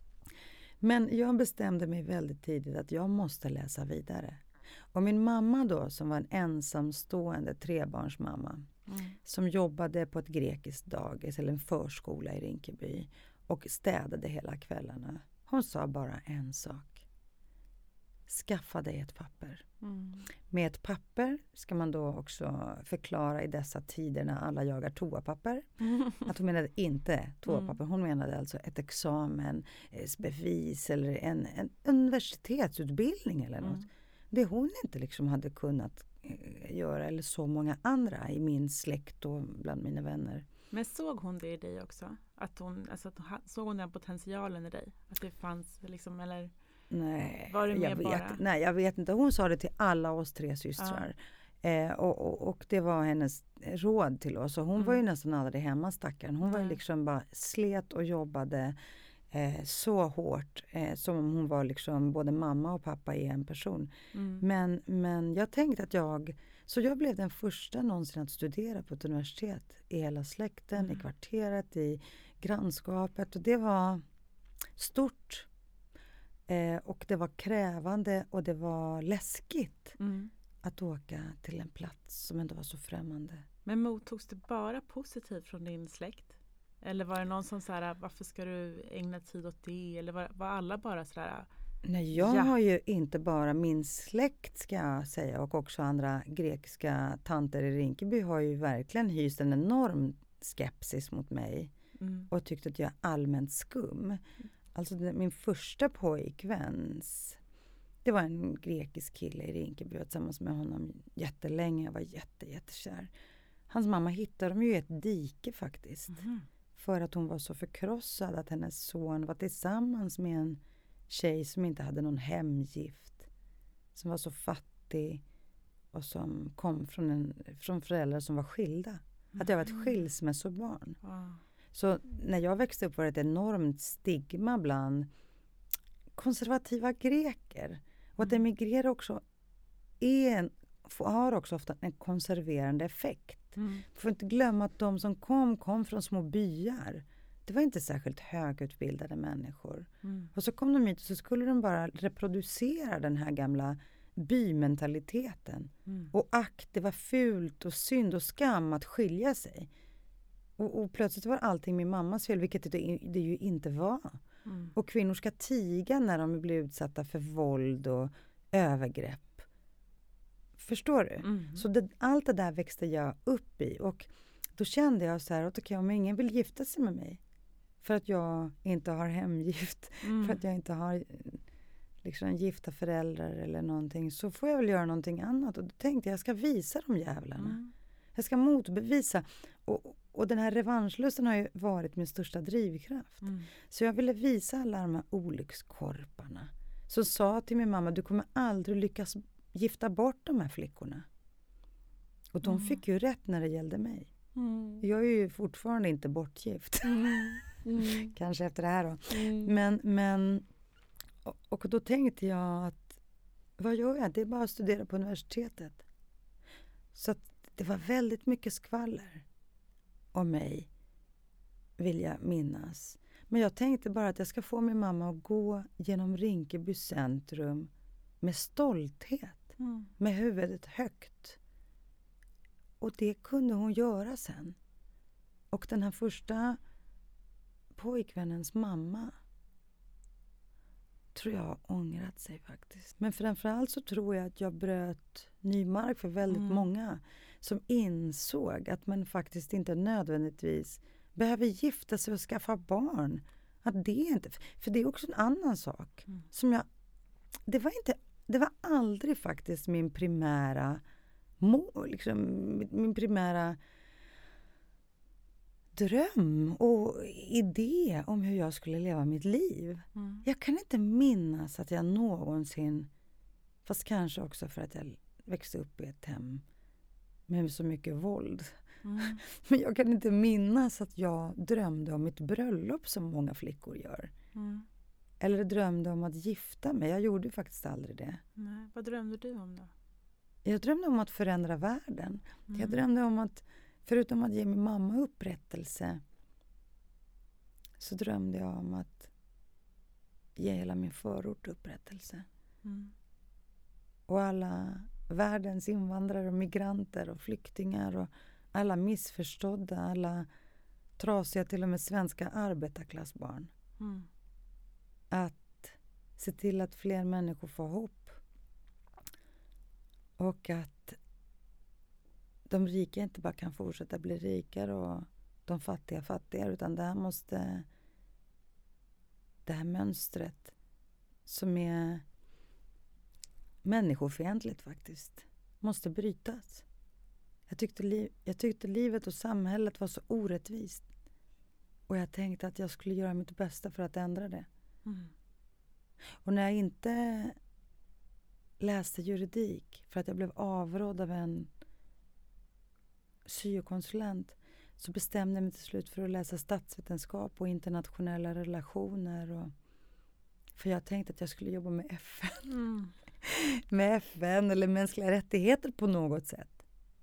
Men jag bestämde mig väldigt tidigt att jag måste läsa vidare. Och min mamma då, som var en ensamstående trebarnsmamma, mm. som jobbade på ett grekiskt dagis eller en förskola i Rinkeby och städade hela kvällarna. Hon sa bara en sak. Skaffa dig ett papper. Mm. Med ett papper ska man då också förklara i dessa tider när alla jagar toapapper. Mm. Att hon menade inte toapapper. Hon menade alltså ett examen, ett bevis eller en, en universitetsutbildning eller något. Mm. Det hon inte liksom hade kunnat eh, göra, eller så många andra i min släkt och bland mina vänner. Men såg hon det i dig också? Att hon, alltså, såg hon den potentialen i dig? Att det fanns liksom, eller nej, var det mer jag vet, bara? Nej, jag vet inte. Hon sa det till alla oss tre systrar. Ja. Eh, och, och, och det var hennes råd till oss. Och hon mm. var ju nästan aldrig hemma, stackaren. Hon mm. var ju liksom bara slet och jobbade eh, så hårt. Eh, som om hon var liksom både mamma och pappa i en person. Mm. Men, men jag tänkte att jag... Så jag blev den första någonsin att studera på ett universitet i hela släkten, mm. i kvarteret, i grannskapet. Och det var stort. Eh, och det var krävande och det var läskigt mm. att åka till en plats som ändå var så främmande. Men mottogs det bara positivt från din släkt? Eller var det någon som sa, varför ska du ägna tid åt det? Eller var, var alla bara sådär... Nej, jag ja. har ju inte bara min släkt, ska jag säga, och också andra grekiska tanter i Rinkeby har ju verkligen hyst en enorm skepsis mot mig mm. och tyckt att jag är allmänt skum. Mm. Alltså det, min första pojkväns, det var en grekisk kille i Rinkeby. Jag var tillsammans med honom jättelänge. Jag var jätte, jättekär. Hans mamma hittade dem ju i ett dike faktiskt. Mm. För att hon var så förkrossad att hennes son var tillsammans med en tjej som inte hade någon hemgift. Som var så fattig och som kom från, en, från föräldrar som var skilda. Mm. Att jag var ett skilsmässobarn. Wow. Så när jag växte upp var det ett enormt stigma bland konservativa greker. Och att emigrera också är en, har också ofta en konserverande effekt. Mm. Du får inte glömma att de som kom, kom från små byar. Det var inte särskilt högutbildade människor. Mm. Och så kom de hit och så skulle de bara reproducera den här gamla bymentaliteten. Mm. Och ack, det var fult och synd och skam att skilja sig. Och, och plötsligt var allting min mammas fel, vilket det, det ju inte var. Mm. Och kvinnor ska tiga när de blir utsatta för våld och övergrepp. Förstår du? Mm. Så det, allt det där växte jag upp i. Och då kände jag så här, att okay, om ingen vill gifta sig med mig för att jag inte har hemgift, mm. för att jag inte har liksom gifta föräldrar eller någonting, så får jag väl göra någonting annat. Och då tänkte jag, jag ska visa de jävlarna. Mm. Jag ska motbevisa. Och, och den här revanschlusten har ju varit min största drivkraft. Mm. Så jag ville visa alla de här olyckskorparna. Så sa till min mamma, du kommer aldrig lyckas gifta bort de här flickorna. Och de mm. fick ju rätt när det gällde mig. Mm. Jag är ju fortfarande inte bortgift. Mm. Mm. Kanske efter det här då. Mm. Men, men och, och då tänkte jag att vad gör jag? Det är bara att studera på universitetet. Så att det var väldigt mycket skvaller om mig, vill jag minnas. Men jag tänkte bara att jag ska få min mamma att gå genom Rinkeby centrum med stolthet. Mm. Med huvudet högt. Och det kunde hon göra sen. Och den här första pojkvännens mamma tror jag har ångrat sig faktiskt. Men framförallt så tror jag att jag bröt ny mark för väldigt mm. många som insåg att man faktiskt inte nödvändigtvis behöver gifta sig och skaffa barn. Att det inte, för det är också en annan sak mm. som jag, det var inte, det var aldrig faktiskt min primära mål, liksom min primära dröm och idé om hur jag skulle leva mitt liv. Mm. Jag kan inte minnas att jag någonsin, fast kanske också för att jag växte upp i ett hem med så mycket våld. Mm. Men jag kan inte minnas att jag drömde om mitt bröllop som många flickor gör. Mm. Eller drömde om att gifta mig. Jag gjorde faktiskt aldrig det. Nej, vad drömde du om då? Jag drömde om att förändra världen. Mm. Jag drömde om att, förutom att ge min mamma upprättelse, så drömde jag om att ge hela min förort upprättelse. Mm. Och alla världens invandrare och migranter och flyktingar och alla missförstådda, alla trasiga, till och med svenska arbetarklassbarn. Mm. Att se till att fler människor får hopp. Och att de rika inte bara kan fortsätta bli rikare och de fattiga fattigare, utan det här måste, det här mönstret som är människofientligt faktiskt, måste brytas. Jag tyckte, liv, jag tyckte livet och samhället var så orättvist. Och jag tänkte att jag skulle göra mitt bästa för att ändra det. Mm. Och när jag inte läste juridik, för att jag blev avrådd av en syokonsulent, så bestämde jag mig till slut för att läsa statsvetenskap och internationella relationer. Och, för jag tänkte att jag skulle jobba med F N. Mm. med F N eller mänskliga rättigheter på något sätt.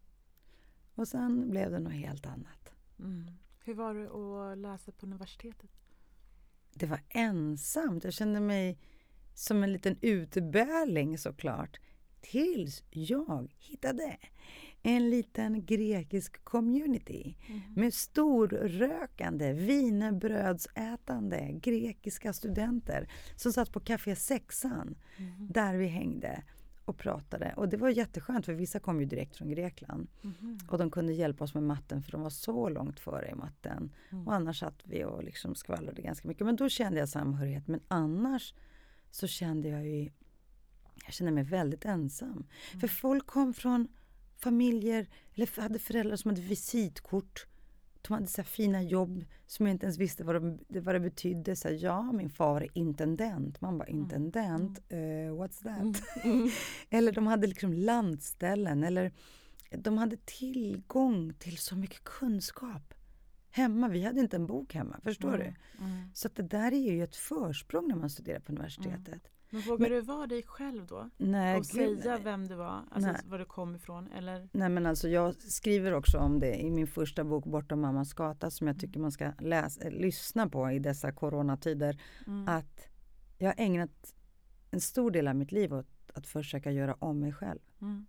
Och sen blev det något helt annat. Mm. Hur var det att läsa på universitetet? Det var ensamt. Jag kände mig som en liten utböling såklart. Tills jag hittade en liten grekisk community mm. med storrökande, wienerbrödsätande grekiska studenter som satt på Café Sexan mm. där vi hängde och pratade. Och det var jätteskönt, för vissa kom ju direkt från Grekland. Mm. Och de kunde hjälpa oss med matten, för de var så långt före i matten. Mm. Och annars satt vi och liksom skvallrade ganska mycket. Men då kände jag samhörighet. Men annars så kände jag ju, jag kände mig väldigt ensam. Mm. För folk kom från familjer, eller hade föräldrar som hade visitkort. De hade så här fina jobb som jag inte ens visste vad det, vad det betydde. Så här, ja, min far är intendent. Man bara, intendent? Mm. Uh, what's that? Mm. Mm. Eller de hade liksom landställen. Eller de hade tillgång till så mycket kunskap hemma. Vi hade inte en bok hemma, förstår mm. du? Mm. Så att det där är ju ett försprång när man studerar på universitetet. Mm. Men vågar du vara dig själv då? Nej, och gud, säga nej. vem du var? Alltså nej. var du kom ifrån? Eller? Nej, men alltså jag skriver också om det i min första bok Bortom mammas gata, som jag tycker man ska läsa, lyssna på i dessa coronatider. Mm. Att jag har ägnat en stor del av mitt liv åt att försöka göra om mig själv. Mm.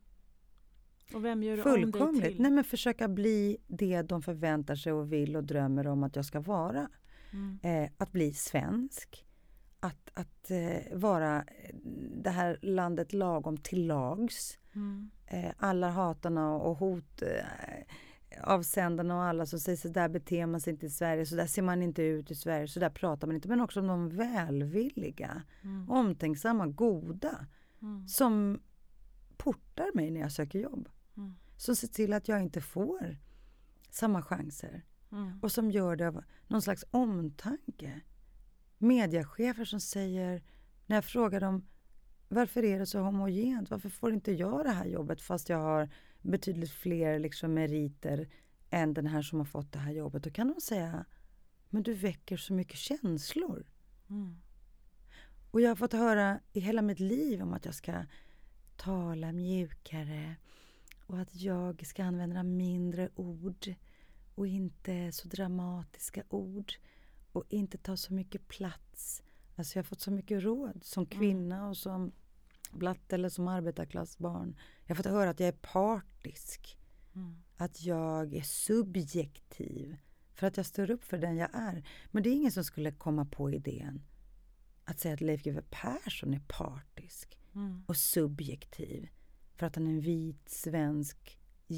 Och vem gör du Fullkomligt. om dig till? Nej, men försöka bli det de förväntar sig och vill och drömmer om att jag ska vara. Mm. Eh, att bli svensk. Att, att eh, vara det här landet lagom till lags. Mm. Eh, alla hatarna och hot eh, avsändarna och alla som säger så där beter man sig inte i Sverige, så där ser man inte ut i Sverige, så där pratar man inte. Men också om de välvilliga, mm. omtänksamma, goda mm. som portar mig när jag söker jobb. Mm. Som ser till att jag inte får samma chanser. Mm. Och som gör det av någon slags omtanke. Mediechefer som säger, när jag frågar dem, varför är det så homogent? Varför får inte jag det här jobbet fast jag har betydligt fler liksom meriter än den här som har fått det här jobbet? Då kan de säga, men du väcker så mycket känslor. Mm. Och jag har fått höra i hela mitt liv om att jag ska tala mjukare och att jag ska använda mindre ord och inte så dramatiska ord. Och inte ta så mycket plats. Alltså jag har fått så mycket råd som kvinna mm. och som blatt eller som arbetarklassbarn. Jag har fått höra att jag är partisk. Mm. Att jag är subjektiv. För att jag står upp för den jag är. Men det är ingen som skulle komma på idén att säga att Leif G W Persson är partisk. Mm. Och subjektiv. För att han är en vit, svensk,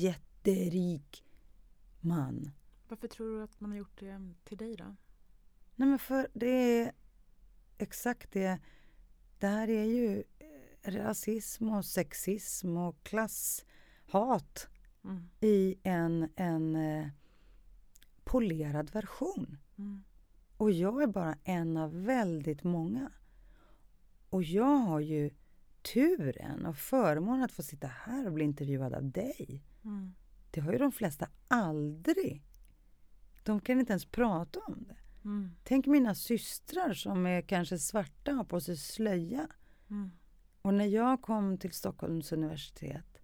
jätterik man. Varför tror du att man har gjort det till dig då? Nej, men för det är exakt det. Det här är ju rasism och sexism och klasshat mm. i en, en eh, polerad version. Mm. Och jag är bara en av väldigt många. Och jag har ju turen och förmånen att få sitta här och bli intervjuad av dig. Mm. Det har ju de flesta aldrig. De kan inte ens prata om det. Mm. Tänk mina systrar som är kanske svarta och har på sig slöja. Mm. Och när jag kom till Stockholms universitet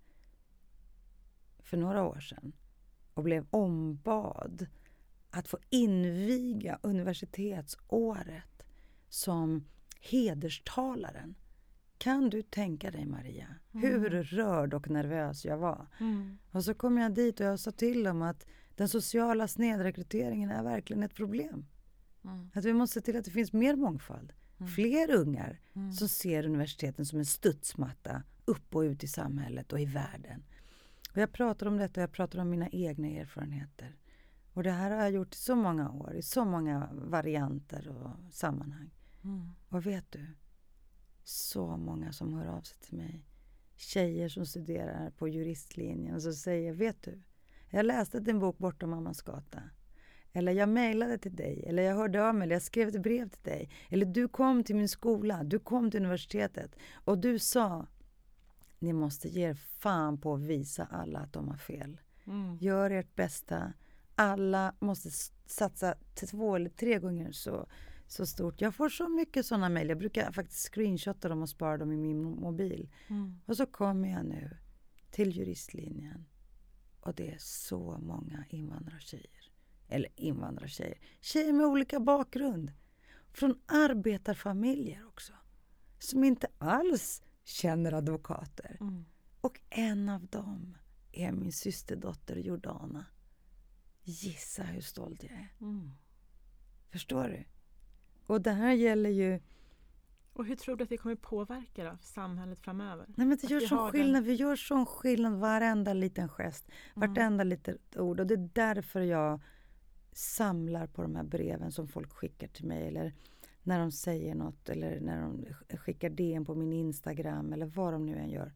för några år sedan och blev ombad att få inviga universitetsåret som hederstalaren. Kan du tänka dig, Maria, Mm. hur rörd och nervös jag var? Mm. Och så kom jag dit och jag sa till dem att den sociala snedrekryteringen är verkligen ett problem. Mm. Att vi måste se till att det finns mer mångfald. Mm. Fler ungar Mm. som ser universiteten som en studsmatta upp och ut i samhället och i världen. Och jag pratar om detta och jag pratar om mina egna erfarenheter. Och det här har jag gjort i så många år, i så många varianter och sammanhang. Mm. Och vet du, så många som hör av sig till mig. Tjejer som studerar på juristlinjen och så säger, vet du, jag läste din bok Bortom mammas gata. Eller jag mejlade till dig, eller jag hörde av mig, eller jag skrev ett brev till dig. Eller du kom till min skola, du kom till universitetet och du sa, ni måste ge er fan på att visa alla att de har fel. Mm. Gör ert bästa. Alla måste satsa två eller tre gånger så, så stort. Jag får så mycket sådana mejl. Jag brukar faktiskt screenshotta dem och spara dem i min mobil. Mm. Och så kommer jag nu till juristlinjen. Och det är så många invandrartjejer. Eller invandrartjejer. Tjejer med olika bakgrund. Från arbetarfamiljer också. Som inte alls känner advokater. Mm. Och en av dem är min systerdotter Jordana. Gissa hur stolt jag är. Mm. Förstår du? Och det här gäller ju... Och hur tror du att det kommer påverka då, samhället framöver? Nej, men det Att gör vi sån har skillnad. Vi gör sån skillnad varenda liten gest. Vartenda litet ord. Och det är därför jag samlar på de här breven som folk skickar till mig. Eller när de säger något. Eller när de skickar D M på min Instagram. Eller vad de nu än gör.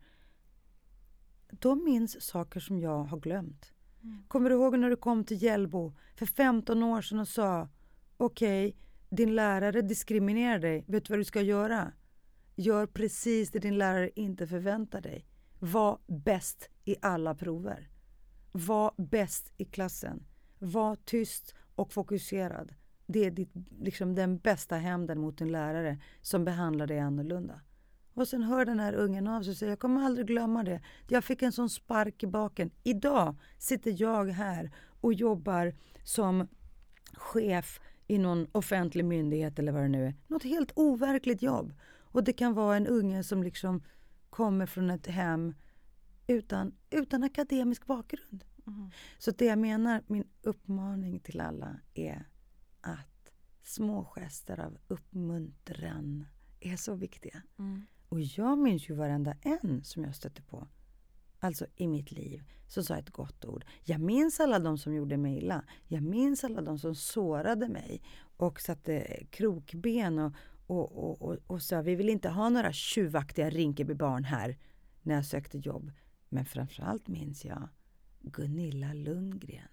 De minns saker som jag har glömt. Mm. Kommer du ihåg när du kom till Hjällbo för femton år sedan och sa okej, okay, din lärare diskriminerar dig. Vet du vad du ska göra? Gör precis det din lärare inte förväntar dig. Var bäst i alla prover. Var bäst i klassen. Var tyst och fokuserad. Det är ditt, liksom den bästa hämnden mot en lärare som behandlar dig annorlunda. Och sen hör den här ungen av sig och säger, jag kommer aldrig glömma det. Jag fick en sån spark i baken. Idag sitter jag här och jobbar som chef i någon offentlig myndighet eller vad det nu är. Något helt overkligt jobb. Och det kan vara en unge som liksom kommer från ett hem utan, utan akademisk bakgrund. Mm. Så det jag menar, min uppmaning till alla är att små gester av uppmuntran är så viktiga. Mm. Och jag minns ju varenda en som jag stötte på. Alltså i mitt liv. Så sa ett gott ord. Jag minns alla de som gjorde mig illa. Jag minns alla de som sårade mig. Och satte krokben och, och, och, och, och sa vi vill inte ha några tjuvaktiga Rinkebybarn här. När jag sökte jobb. Men framförallt minns jag Gunilla Lundgren.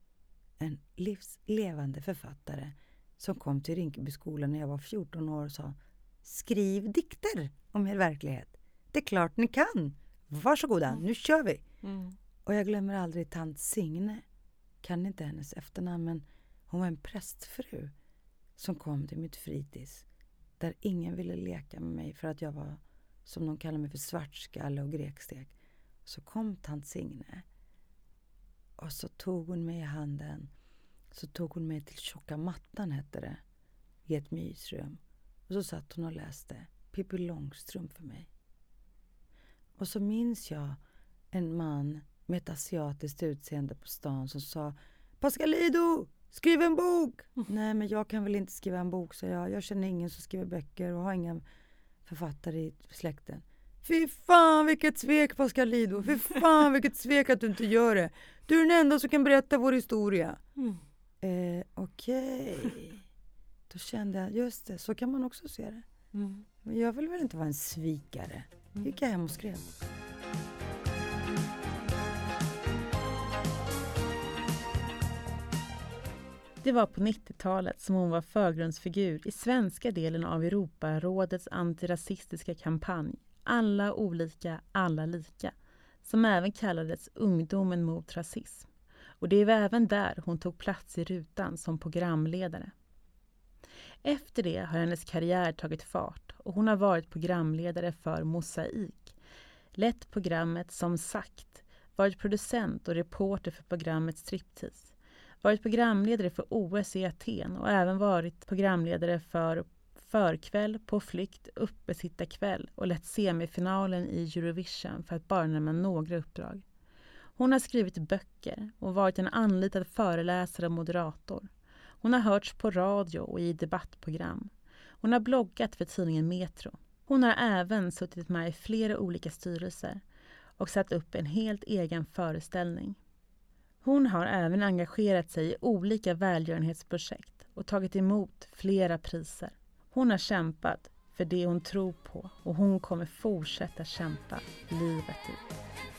En livslevande författare. Som kom till Rinkebyskolan när jag var fjorton år och sa skriv dikter om er verklighet. Det är klart ni kan. Varsågoda, mm. nu kör vi. Mm. Och jag glömmer aldrig tant Signe. Kan inte hennes efternamn, men hon var en prästfru som kom till mitt fritids. Där ingen ville leka med mig för att jag var, som de kallar mig, för svartskalle och grekstek. Så kom tant Signe. Och så tog hon mig i handen. Så tog hon mig till tjocka mattan, hette det. I ett mysrum. Och så satt hon och läste Pippi Långstrump för mig. Och så minns jag en man med ett asiatiskt utseende på stan som sa Pascalido, skriv en bok! Mm. Nej, men jag kan väl inte skriva en bok, så jag. Jag känner ingen som skriver böcker och har ingen författare i släkten. Fy fan vilket svek, Pascalido. Fy fan vilket svek att du inte gör det. Du är den enda som kan berätta vår historia. Mm. Eh, Okej. Okay. Då kände jag, just det, så kan man också se det. Mm. Men jag vill väl inte vara en svikare. Mm. Gick jag hem och skrev. Det var på nittiotalet som hon var förgrundsfigur i svenska delen av Europarådets antirasistiska kampanj Alla olika, alla lika, som även kallades Ungdomen mot rasism. Och det var även där hon tog plats i rutan som programledare. Efter det har hennes karriär tagit fart och hon har varit programledare för Mosaik, lett programmet Som sagt, varit producent och reporter för programmet Striptease, varit programledare för O S i Aten och även varit programledare för Förkväll, På flykt, Uppesittarkväll och lett semifinalen i Eurovision för att bara nämna några uppdrag. Hon har skrivit böcker och varit en anlitad föreläsare och moderator. Hon har hörts på radio och i debattprogram. Hon har bloggat för tidningen Metro. Hon har även suttit med i flera olika styrelser och satt upp en helt egen föreställning. Hon har även engagerat sig i olika välgörenhetsprojekt och tagit emot flera priser. Hon har kämpat för det hon tror på och hon kommer fortsätta kämpa livet ut.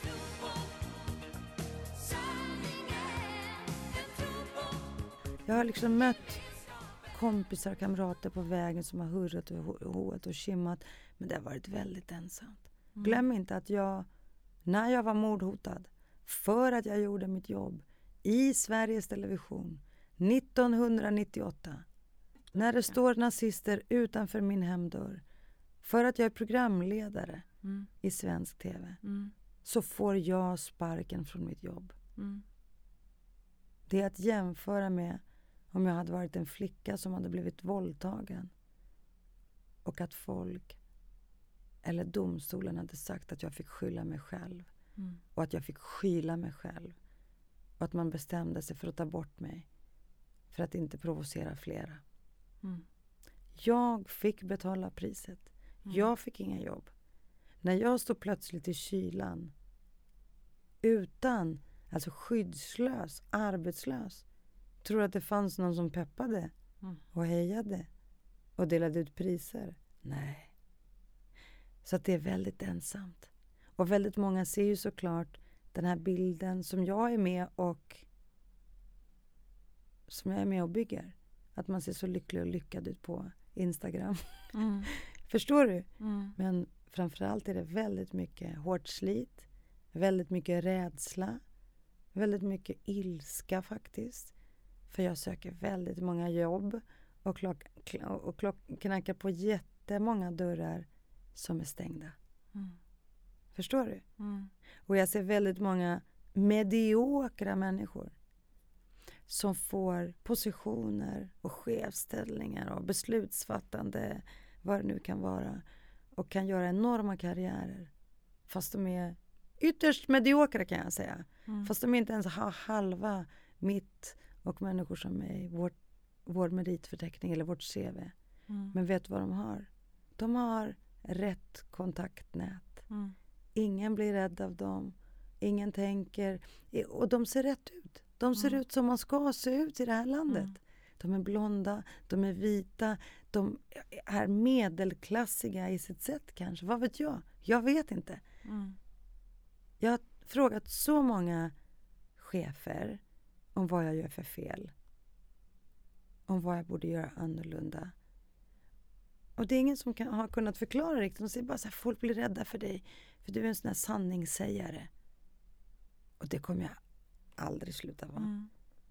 Jag har liksom mött kompisar och kamrater på vägen som har hurrat och hoat och kimmat. Men det har varit väldigt ensamt. Mm. Glöm inte att jag, när jag var mordhotad, för att jag gjorde mitt jobb i Sveriges Television nittonhundranittioåtta, när det står nazister utanför min hemdörr, för att jag är programledare mm. i svensk tv, mm. så får jag sparken från mitt jobb. Mm. Det är att jämföra med om jag hade varit en flicka som hade blivit våldtagen och att folk eller domstolen hade sagt att jag fick skylla mig själv mm. och att jag fick skyla mig själv och att man bestämde sig för att ta bort mig för att inte provocera flera. Mm. Jag fick betala priset. Mm. Jag fick inga jobb. När jag stod plötsligt i kylan utan, alltså skyddslös, arbetslös, tror att det fanns någon som peppade mm. och hejade och delade ut priser? Nej. Så att det är väldigt ensamt. Och väldigt många ser ju såklart den här bilden som jag är med och som jag är med och bygger. Att man ser så lycklig och lyckad ut på Instagram. Mm. Förstår du? Mm. Men framförallt är det väldigt mycket hårt slit. Väldigt mycket rädsla. Väldigt mycket ilska faktiskt. För jag söker väldigt många jobb. Och, klock, och klock, knackar på jättemånga dörrar som är stängda. Mm. Förstår du? Mm. Och jag ser väldigt många mediokra människor som får positioner och chefsställningar och beslutsfattande, vad det nu kan vara, och kan göra enorma karriärer fast de är ytterst mediokra, kan jag säga. Mm. Fast de inte ens har halva mitt och människor som är i vår, vår meritförteckning eller vårt C V. Mm. Men vet du vad de har? De har rätt kontaktnät. Mm. Ingen blir rädd av dem. Ingen tänker. Och de ser rätt ut. De ser mm. ut som man ska se ut i det här landet. Mm. De är blonda, de är vita, de är medelklassiga i sitt sätt kanske. Vad vet jag? Jag vet inte. Mm. Jag har frågat så många chefer om vad jag gör för fel. Om vad jag borde göra annorlunda. Och det är ingen som kan, har kunnat förklara riktigt. De säger bara så här, folk blir rädda för dig. För du är en sån här sanningssägare. Och det kommer jag aldrig sluta vara. Mm.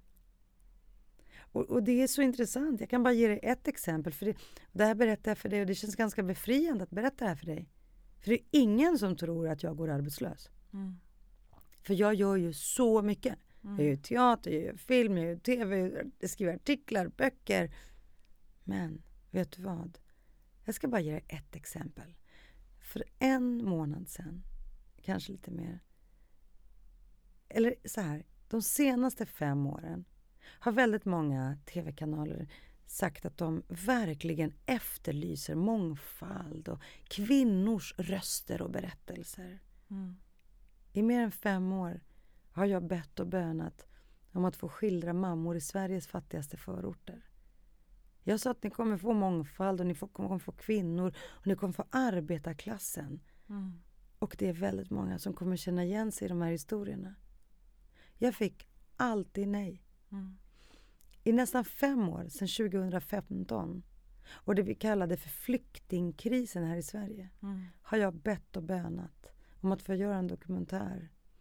Och, och det är så intressant. Jag kan bara ge dig ett exempel. För det, det här berättar jag för dig och det känns ganska befriande att berätta det här för dig. För det är ingen som tror att jag går arbetslös. Mm. För jag gör ju så mycket. Mm. Jag gör teater, jag gör film, jag gör tv, jag skriver artiklar, böcker. Men vet du vad? Jag ska bara ge dig ett exempel. För en månad sedan, kanske lite mer, eller så här, de senaste fem åren har väldigt många tv-kanaler sagt att de verkligen efterlyser mångfald och kvinnors röster och berättelser. Mm. I mer än fem år har jag bett och bönat om att få skildra mammor i Sveriges fattigaste förorter. Jag sa att ni kommer få mångfald och ni får, kommer få kvinnor och ni kommer få arbetarklassen. Mm. Och det är väldigt många som kommer känna igen sig i de här historierna. Jag fick alltid nej. Mm. I nästan fem år, sedan tjugohundrafemton, och det vi kallade för flyktingkrisen här i Sverige, mm. har jag bett och bönat om att få göra en dokumentär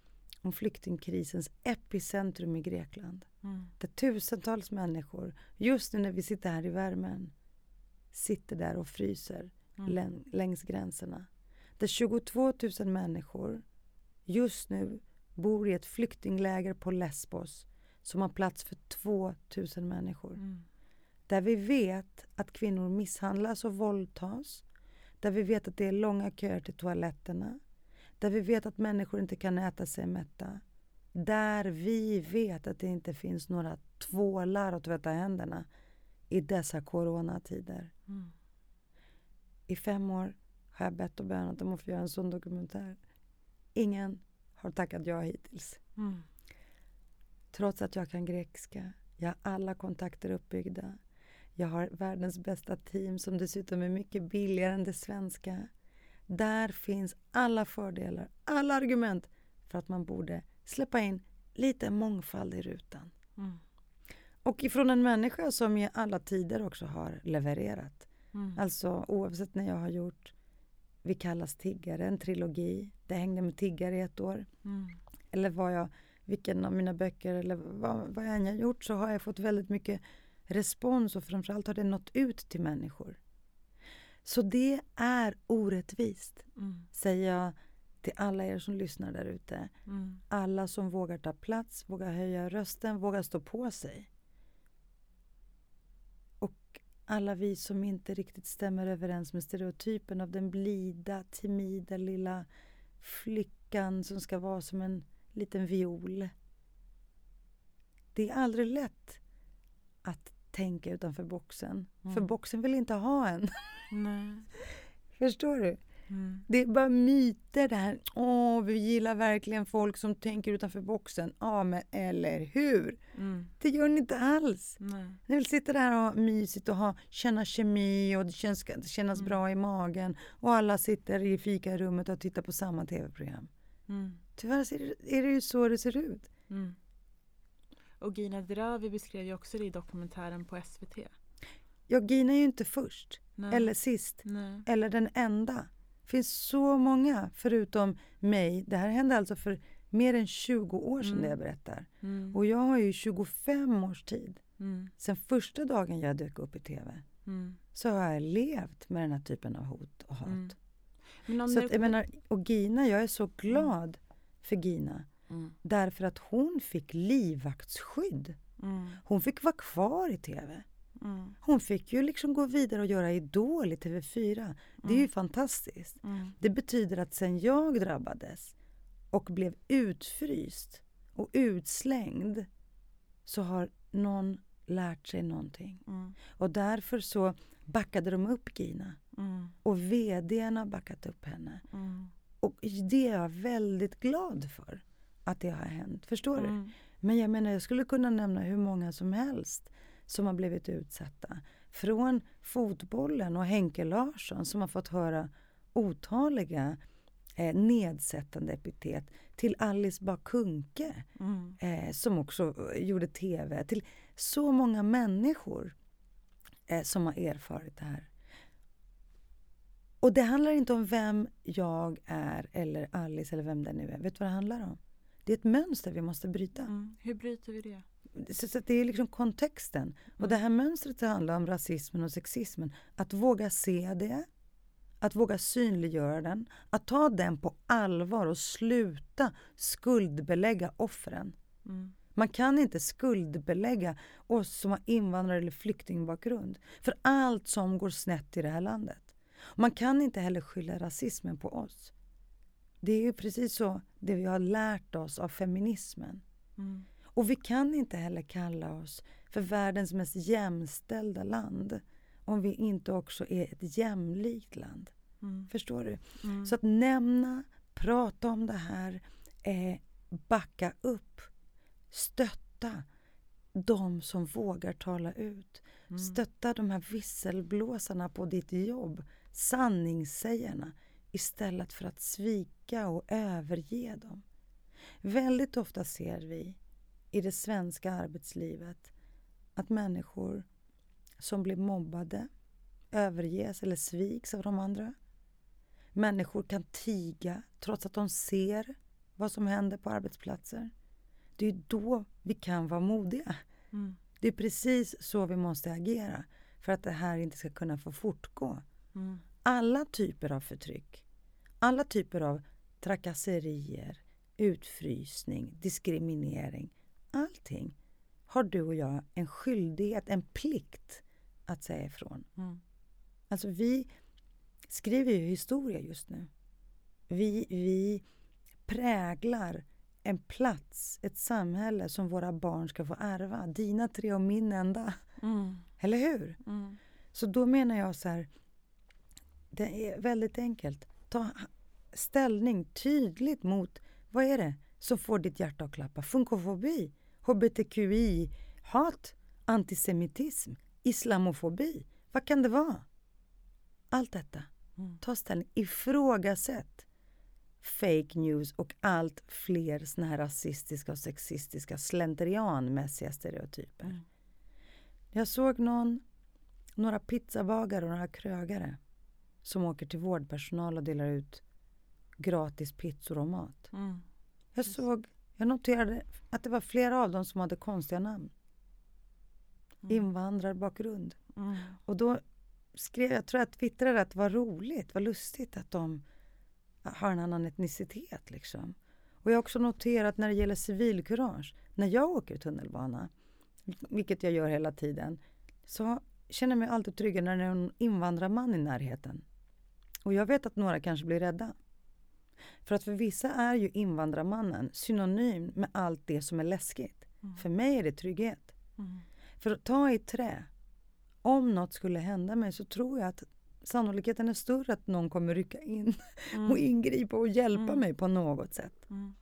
om flyktingkrisens epicentrum i Grekland. Mm. Där tusentals människor, just nu när vi sitter här i värmen, sitter där och fryser Mm. län- längs gränserna. Där tjugotvå tusen människor just nu bor i ett flyktingläger på Lesbos som har plats för två tusen människor. Mm. Där vi vet att kvinnor misshandlas och våldtas. Där vi vet att det är långa köer till toaletterna. Där vi vet att människor inte kan äta sig mätta. Där vi vet att det inte finns några tvålar att tvätta händerna i dessa coronatider. Mm. I fem år har jag bett och bönat om att få göra en sån dokumentär. Ingen har tackat ja hittills. Mm. Trots att jag kan grekiska. Jag har alla kontakter uppbyggda. Jag har världens bästa team som dessutom är mycket billigare än det svenska. Där finns alla fördelar, alla argument för att man borde släppa in lite mångfald i rutan. Mm. Och ifrån en människa som i alla tider också har levererat. Mm. Alltså oavsett när jag har gjort Vi kallas tiggare, en trilogi. Det hängde med tiggare i ett år. Mm. Eller vad jag, vilken av mina böcker eller vad, vad jag än har gjort så har jag fått väldigt mycket respons och framförallt har det nått ut till människor. Så det är orättvist, Mm. säger jag till alla er som lyssnar där ute. Mm. Alla som vågar ta plats, vågar höja rösten, vågar stå på sig. Och alla vi som inte riktigt stämmer överens med stereotypen av den blida, timida lilla flickan som ska vara som en liten viol. Det är aldrig lätt att tänka utanför boxen. Mm. För boxen vill inte ha en. Nej. Förstår du? Mm. Det är bara myter det här. Åh, vi gillar verkligen folk som tänker utanför boxen. Ja, men eller hur? Mm. Det gör ni inte alls. Nej. Ni vill sitta där och ha mysigt och ha, känna kemi och det känns, det kännas Mm. bra i magen. Och alla sitter i fikarummet och tittar på samma tv-program. Mm. Tyvärr ser det, är det ju så det ser ut. Mm. Och Gina Dirawi beskrev ju också det i dokumentären på S V T. Ja, Gina är ju inte först. Nej. Eller sist. Nej. Eller den enda. Det finns så många förutom mig. Det här hände alltså för mer än tjugo år sedan Mm. det jag berättar. Mm. Och jag har ju tjugofem års tid. Mm. Sen första dagen jag dök upp i tv. Mm. Så har jag levt med den här typen av hot och hat. Mm. Men om Så du- att, jag menar, och Gina, jag är så glad för Gina. Mm. Därför att hon fick livvaktsskydd. Mm. Hon fick vara kvar i tv. Mm. Hon fick ju liksom gå vidare och göra Idol i T V fyra. Det är ju fantastiskt. Mm. Det betyder att sen jag drabbades och blev utfryst och utslängd så har någon lärt sig någonting. Mm. Och därför så backade de upp Gina. Mm. Och vdn har backat upp henne. Mm. Och det är jag väldigt glad för att det har hänt. Förstår du? Mm. Men jag menar, jag skulle kunna nämna hur många som helst som har blivit utsatta. Från fotbollen och Henke Larsson som har fått höra otaliga eh, nedsättande epitet. Till Alice Bakunke Mm. eh, som också eh, gjorde tv. Till så många människor eh, som har erfarit det här. Och det handlar inte om vem jag är eller Alice eller vem det nu är. Vet du vad det handlar om? Det är ett mönster vi måste bryta. Mm. Hur bryter vi det? Så, så att det är liksom kontexten. Och det här mönstret handlar om rasismen och sexismen. Att våga se det. Att våga synliggöra den. Att ta den på allvar och sluta skuldbelägga offren. Mm. Man kan inte skuldbelägga oss som har invandrar eller flyktingbakgrund. För allt som går snett i det här landet. Man kan inte heller skylla rasismen på oss. Det är ju precis så det vi har lärt oss av feminismen. Mm. Och vi kan inte heller kalla oss för världens mest jämställda land om vi inte också är ett jämlikt land. Mm. Förstår du? Mm. Så att nämna, prata om det här, eh, backa upp, stötta de som vågar tala ut. Mm. Stötta de här visselblåsarna på ditt jobb, sanningssägarna, istället för att svika och överge dem. Väldigt ofta ser vi i det svenska arbetslivet att människor som blir mobbade överges eller sviks av de andra. Människor kan tiga trots att de ser vad som händer på arbetsplatser. Det är då vi kan vara modiga. Mm. Det är precis så vi måste agera för att det här inte ska kunna få fortgå. Mm. Alla typer av förtryck, alla typer av trakasserier, utfrysning, diskriminering, allting har du och jag en skyldighet, en plikt att säga ifrån. Mm. Alltså vi skriver ju historia just nu. Vi, vi präglar en plats, ett samhälle som våra barn ska få ärva. Dina tre och min enda. Mm. Eller hur? Mm. Så då menar jag så här, det är väldigt enkelt. Ta ställning tydligt mot, vad är det som får ditt hjärta att klappa? Funkofobi, H B T Q I, hat, antisemitism, islamofobi. Vad kan det vara? Allt detta. Mm. Ta ställning. Ifrågasätt fake news och allt fler såna här rasistiska och sexistiska slentrianmässiga stereotyper. Mm. Jag såg någon, några pizzabagare och några krögare som åker till vårdpersonal och delar ut gratis pizzor och mat. Mm. Jag såg, jag noterade att det var flera av dem som hade konstiga namn. Mm. Invandrarbakgrund. Mm. Och då skrev jag, tror jag twittrade att det var roligt, var lustigt att de har en annan etnicitet liksom. Och jag har också noterat när det gäller civilkurage, när jag åker tunnelbana, vilket jag gör hela tiden, så känner jag mig alltid tryggare när det är en invandrarman i närheten. Och jag vet att några kanske blir rädda. För att för vissa är ju invandrarmannen synonym med allt det som är läskigt. Mm. För mig är det trygghet. Mm. För att ta i trä, om något skulle hända mig så tror jag att sannolikheten är större att någon kommer rycka in mm. och ingripa och hjälpa mm. mig på något sätt. Mm.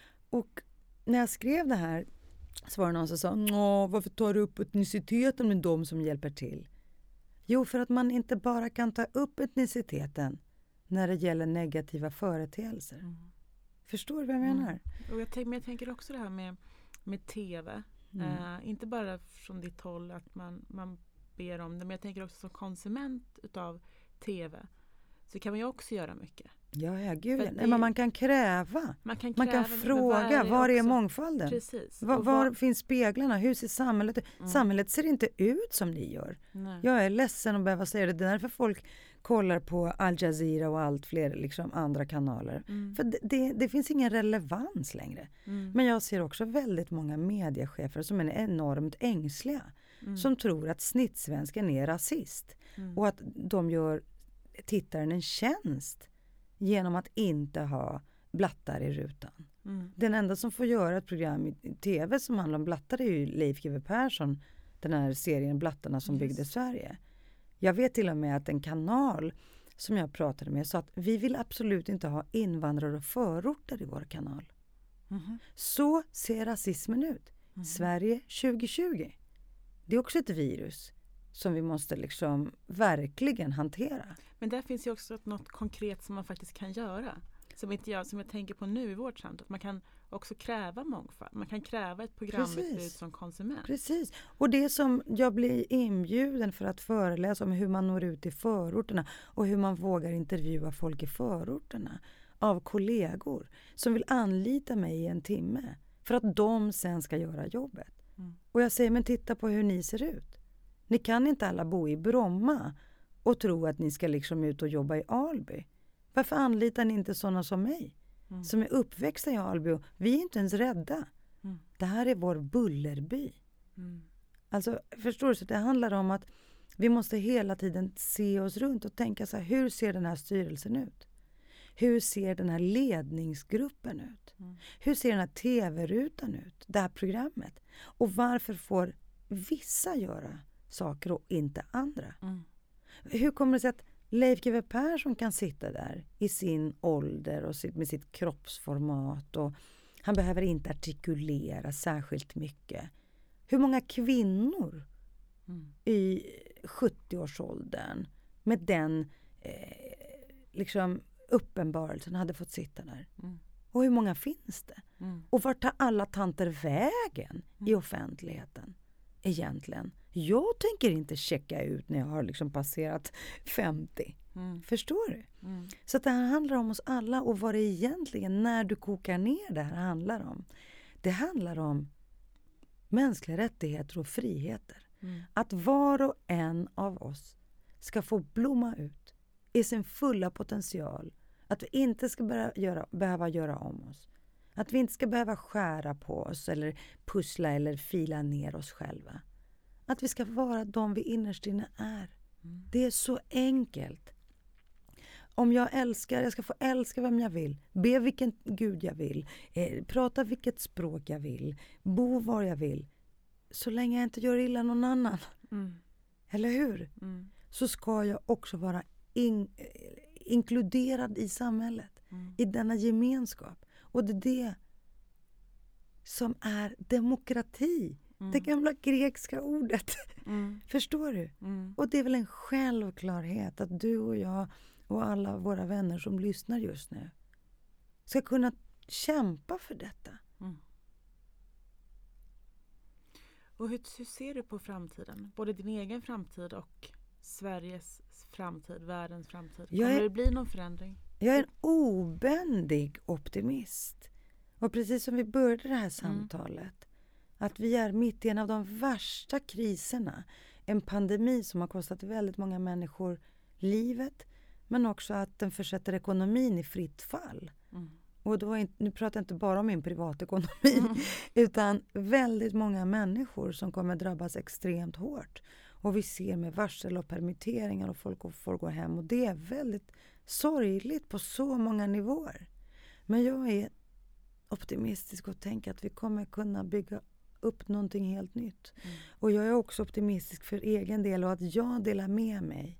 Och när jag skrev det här så var det någon som sa, Nå, varför tar du upp etniciteten med de som hjälper till? Jo, för att man inte bara kan ta upp etniciteten när det gäller negativa företeelser. Mm. Förstår du vad jag menar? Mm. Och jag, tänk, men jag tänker också det här med, med tv. Mm. Uh, inte bara från ditt håll att man, man ber om det, men jag tänker också som konsument utav tv så kan man ju också göra mycket. Ja, ja gud. Det, Nej, men man kan kräva. Man kan, kräva, man kan fråga, är var är också? mångfalden? Precis. Var, var, var finns speglarna? Hur ser samhället ut? Mm. Samhället ser inte ut som ni gör. Nej. Jag är ledsen att behöva säga det. Det är därför folk kollar på Al Jazeera och allt fler liksom, andra kanaler. Mm. För det, det, det finns ingen relevans längre. Mm. Men jag ser också väldigt många mediechefer som är enormt ängsliga. Mm. Som tror att snittsvensken är rasist. Mm. Och att de gör tittaren en tjänst genom att inte ha blattar i rutan. Mm. Den enda som får göra ett program i tv som handlar om blattar är ju Leif G W Persson. Den här serien Blattarna som yes. byggde Sverige. Jag vet till och med att en kanal som jag pratade med sa att vi vill absolut inte ha invandrare och förorter i vår kanal. Mm. Så ser rasismen ut. Mm. Sverige tjugo tjugo. Det är också ett virus som vi måste liksom verkligen hantera. Men där finns ju också något konkret som man faktiskt kan göra. Som, inte jag, som jag tänker på nu i vårt samtal. Man kan också kräva mångfald. Man kan kräva ett programutbud som konsument. Precis. Och det som jag blir inbjuden för att föreläsa om hur man når ut i förorterna och hur man vågar intervjua folk i förorterna av kollegor som vill anlita mig i en timme för att de sen ska göra jobbet. Mm. Och jag säger, men titta på hur ni ser ut. Ni kan inte alla bo i Bromma och tro att ni ska liksom ut och jobba i Alby. Varför anlitar ni inte sådana som mig? Mm. Som är uppväxta i Alby och vi är inte ens rädda. Mm. Det här är vår bullerby. Mm. Alltså, förstår du? Så det handlar om att vi måste hela tiden se oss runt och tänka så här, hur ser den här styrelsen ut? Hur ser den här ledningsgruppen ut? Mm. Hur ser den här tv-rutan ut? Det här programmet. Och varför får vissa göra saker och inte andra? Mm. Hur kommer det sig att Leif G W Persson kan sitta där i sin ålder och sitt, med sitt kroppsformat och han behöver inte artikulera särskilt mycket. Hur många kvinnor mm. i sjuttio-årsåldern med den eh, liksom uppenbarelsen hade fått sitta där? Mm. Och hur många finns det? Mm. Och vart tar alla tanter vägen mm. i offentligheten egentligen? Jag tänker inte checka ut när jag har liksom passerat femtio. Mm. Förstår du? Mm. Så att det här handlar om oss alla och vad det egentligen, när du kokar ner det här, handlar om. Det handlar om mänskliga rättigheter och friheter. Mm. Att var och en av oss ska få blomma ut i sin fulla potential. Att vi inte ska börja göra, behöva göra om oss. Att vi inte ska behöva skära på oss eller pussla eller fila ner oss själva. Att vi ska vara de vi innerst inne är. Mm. Det är så enkelt. Om jag älskar, jag ska få älska vem jag vill. Be vilken gud jag vill. Eh, prata vilket språk jag vill. Bo var jag vill. Så länge jag inte gör illa någon annan. Mm. Eller hur? Mm. Så ska jag också vara in, inkluderad i samhället. Mm. I denna gemenskap. Och det är det som är demokrati. Mm. Det gamla grekiska ordet. Mm. Förstår du? Mm. Och det är väl en självklarhet att du och jag och alla våra vänner som lyssnar just nu ska kunna kämpa för detta. Mm. Och hur, hur ser du på framtiden? Både din egen framtid och Sveriges framtid, världens framtid. Jag Kommer är- det bli någon förändring? Jag är en obändig optimist. Och precis som vi började det här samtalet, att vi är mitt i en av de värsta kriserna. En pandemi som har kostat väldigt många människor livet, men också att den försätter ekonomin i fritt fall. Mm. Och då är inte, nu pratar jag inte bara om min privatekonomi, Mm. utan väldigt många människor som kommer drabbas extremt hårt. Och vi ser med varsel och permitteringar och folk får gå hem. Och det är väldigt sorgligt på så många nivåer. Men jag är optimistisk och tänker att vi kommer kunna bygga upp någonting helt nytt. Mm. Och jag är också optimistisk för egen del och att jag delar med mig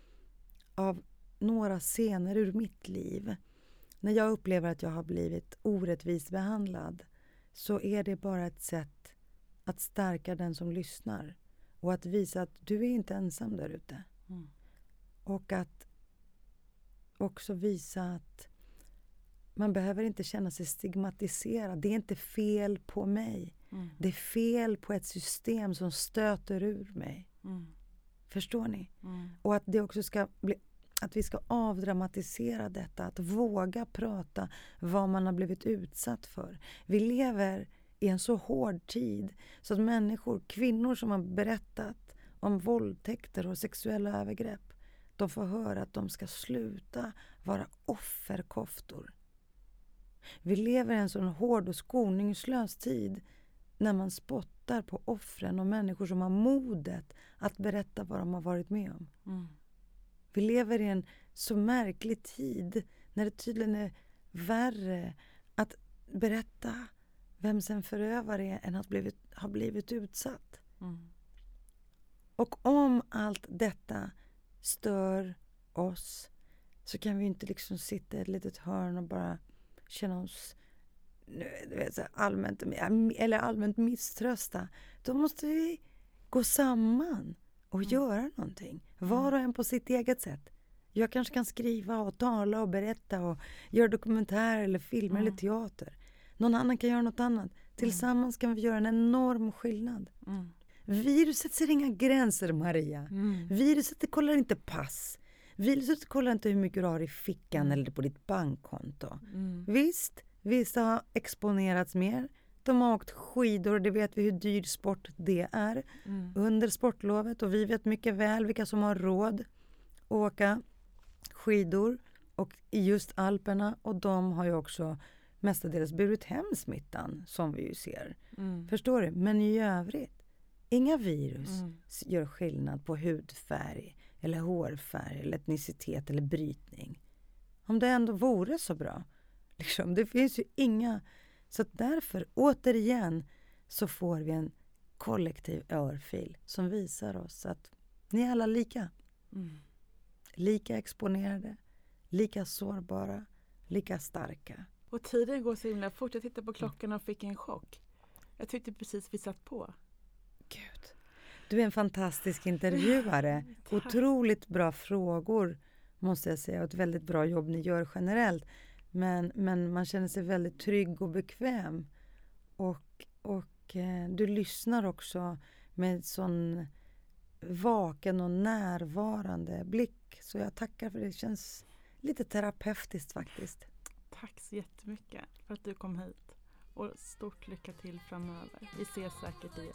av några scener ur mitt liv. När jag upplever att jag har blivit orättvist behandlad så är det bara ett sätt att stärka den som lyssnar. Och att visa att du är inte ensam där ute. Mm. Och att också visa att man behöver inte känna sig stigmatiserad. Det är inte fel på mig. Mm. Det är fel på ett system som stöter ur mig. Mm. Förstår ni? Mm. Och att det också ska bli, att vi ska avdramatisera detta. Att våga prata vad man har blivit utsatt för. Vi lever i en så hård tid så att människor, kvinnor som har berättat om våldtäkter och sexuella övergrepp, de får höra att de ska sluta vara offerkoftor. Vi lever i en sån hård och skoningslös tid när man spottar på offren och människor som har modet att berätta vad de har varit med om. Mm. Vi lever i en så märklig tid när det tydligen är värre att berätta vem sen förövare är än att blivit, ha blivit utsatt. Mm. Och om allt detta stör oss så kan vi inte liksom sitta i ett litet hörn och bara känna oss du vet, så här allmänt, eller allmänt misströsta. Då måste vi gå samman och göra någonting. Var och en på sitt eget sätt. Jag kanske kan skriva och tala och berätta och göra dokumentärer eller filmer Mm. eller teater. Någon annan kan göra något annat. Tillsammans kan vi göra en enorm skillnad. Mm. Viruset ser inga gränser, Maria. Mm. Viruset det kollar inte pass. Viruset kollar inte hur mycket du har i fickan Mm. eller på ditt bankkonto. Mm. Visst, vissa har exponerats mer. De har åkt skidor och det vet vi hur dyr sport det är Mm. under sportlovet. Och vi vet mycket väl vilka som har råd att åka skidor och i just Alperna. Och de har ju också mestadels burit hem smittan som vi ju ser. Mm. Förstår du? Men i övrigt, inga virus Mm. gör skillnad på hudfärg eller hårfärg eller etnicitet eller brytning. Om det ändå vore så bra. Liksom, det finns ju inga... Så att därför, återigen, så får vi en kollektiv örfil som visar oss att ni är alla lika. Mm. Lika exponerade, lika sårbara, lika starka. Och tiden går så himla fort. Jag tittade på klockan och fick en chock. Jag tyckte precis vi satt på. Gud. Du är en fantastisk intervjuare. Tack. Otroligt bra frågor måste jag säga. Och ett väldigt bra jobb ni gör generellt. Men, men man känner sig väldigt trygg och bekväm. Och, och eh, du lyssnar också med sån vaken och närvarande blick. Så jag tackar för det. Det känns lite terapeutiskt faktiskt. Tack så jättemycket för att du kom hit. Och stort lycka till framöver. Vi ses säkert igen.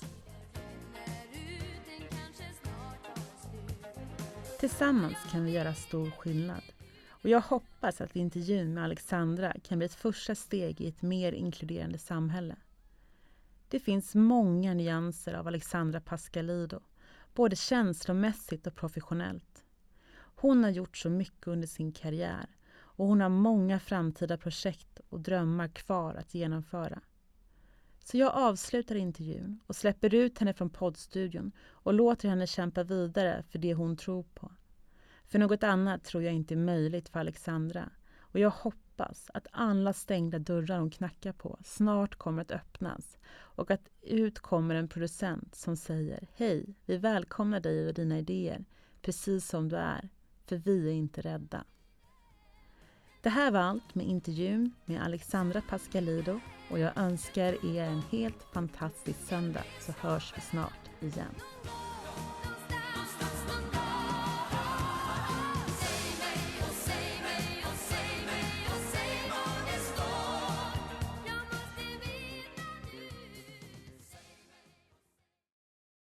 Tillsammans kan vi göra stor skillnad. Och jag hoppas att intervjun med Alexandra kan bli ett första steg i ett mer inkluderande samhälle. Det finns många nyanser av Alexandra Pascalidou, både känslomässigt och professionellt. Hon har gjort så mycket under sin karriär och hon har många framtida projekt och drömmar kvar att genomföra. Så jag avslutar intervjun och släpper ut henne från poddstudion och låter henne kämpa vidare för det hon tror på. För något annat tror jag inte är möjligt för Alexandra och jag hoppas att alla stängda dörrar hon knackar på snart kommer att öppnas och att ut kommer en producent som säger: hej, vi välkomnar dig och dina idéer precis som du är, för vi är inte rädda. Det här var allt med intervjun med Alexandra Pascalidou och jag önskar er en helt fantastisk söndag, så hörs vi snart igen.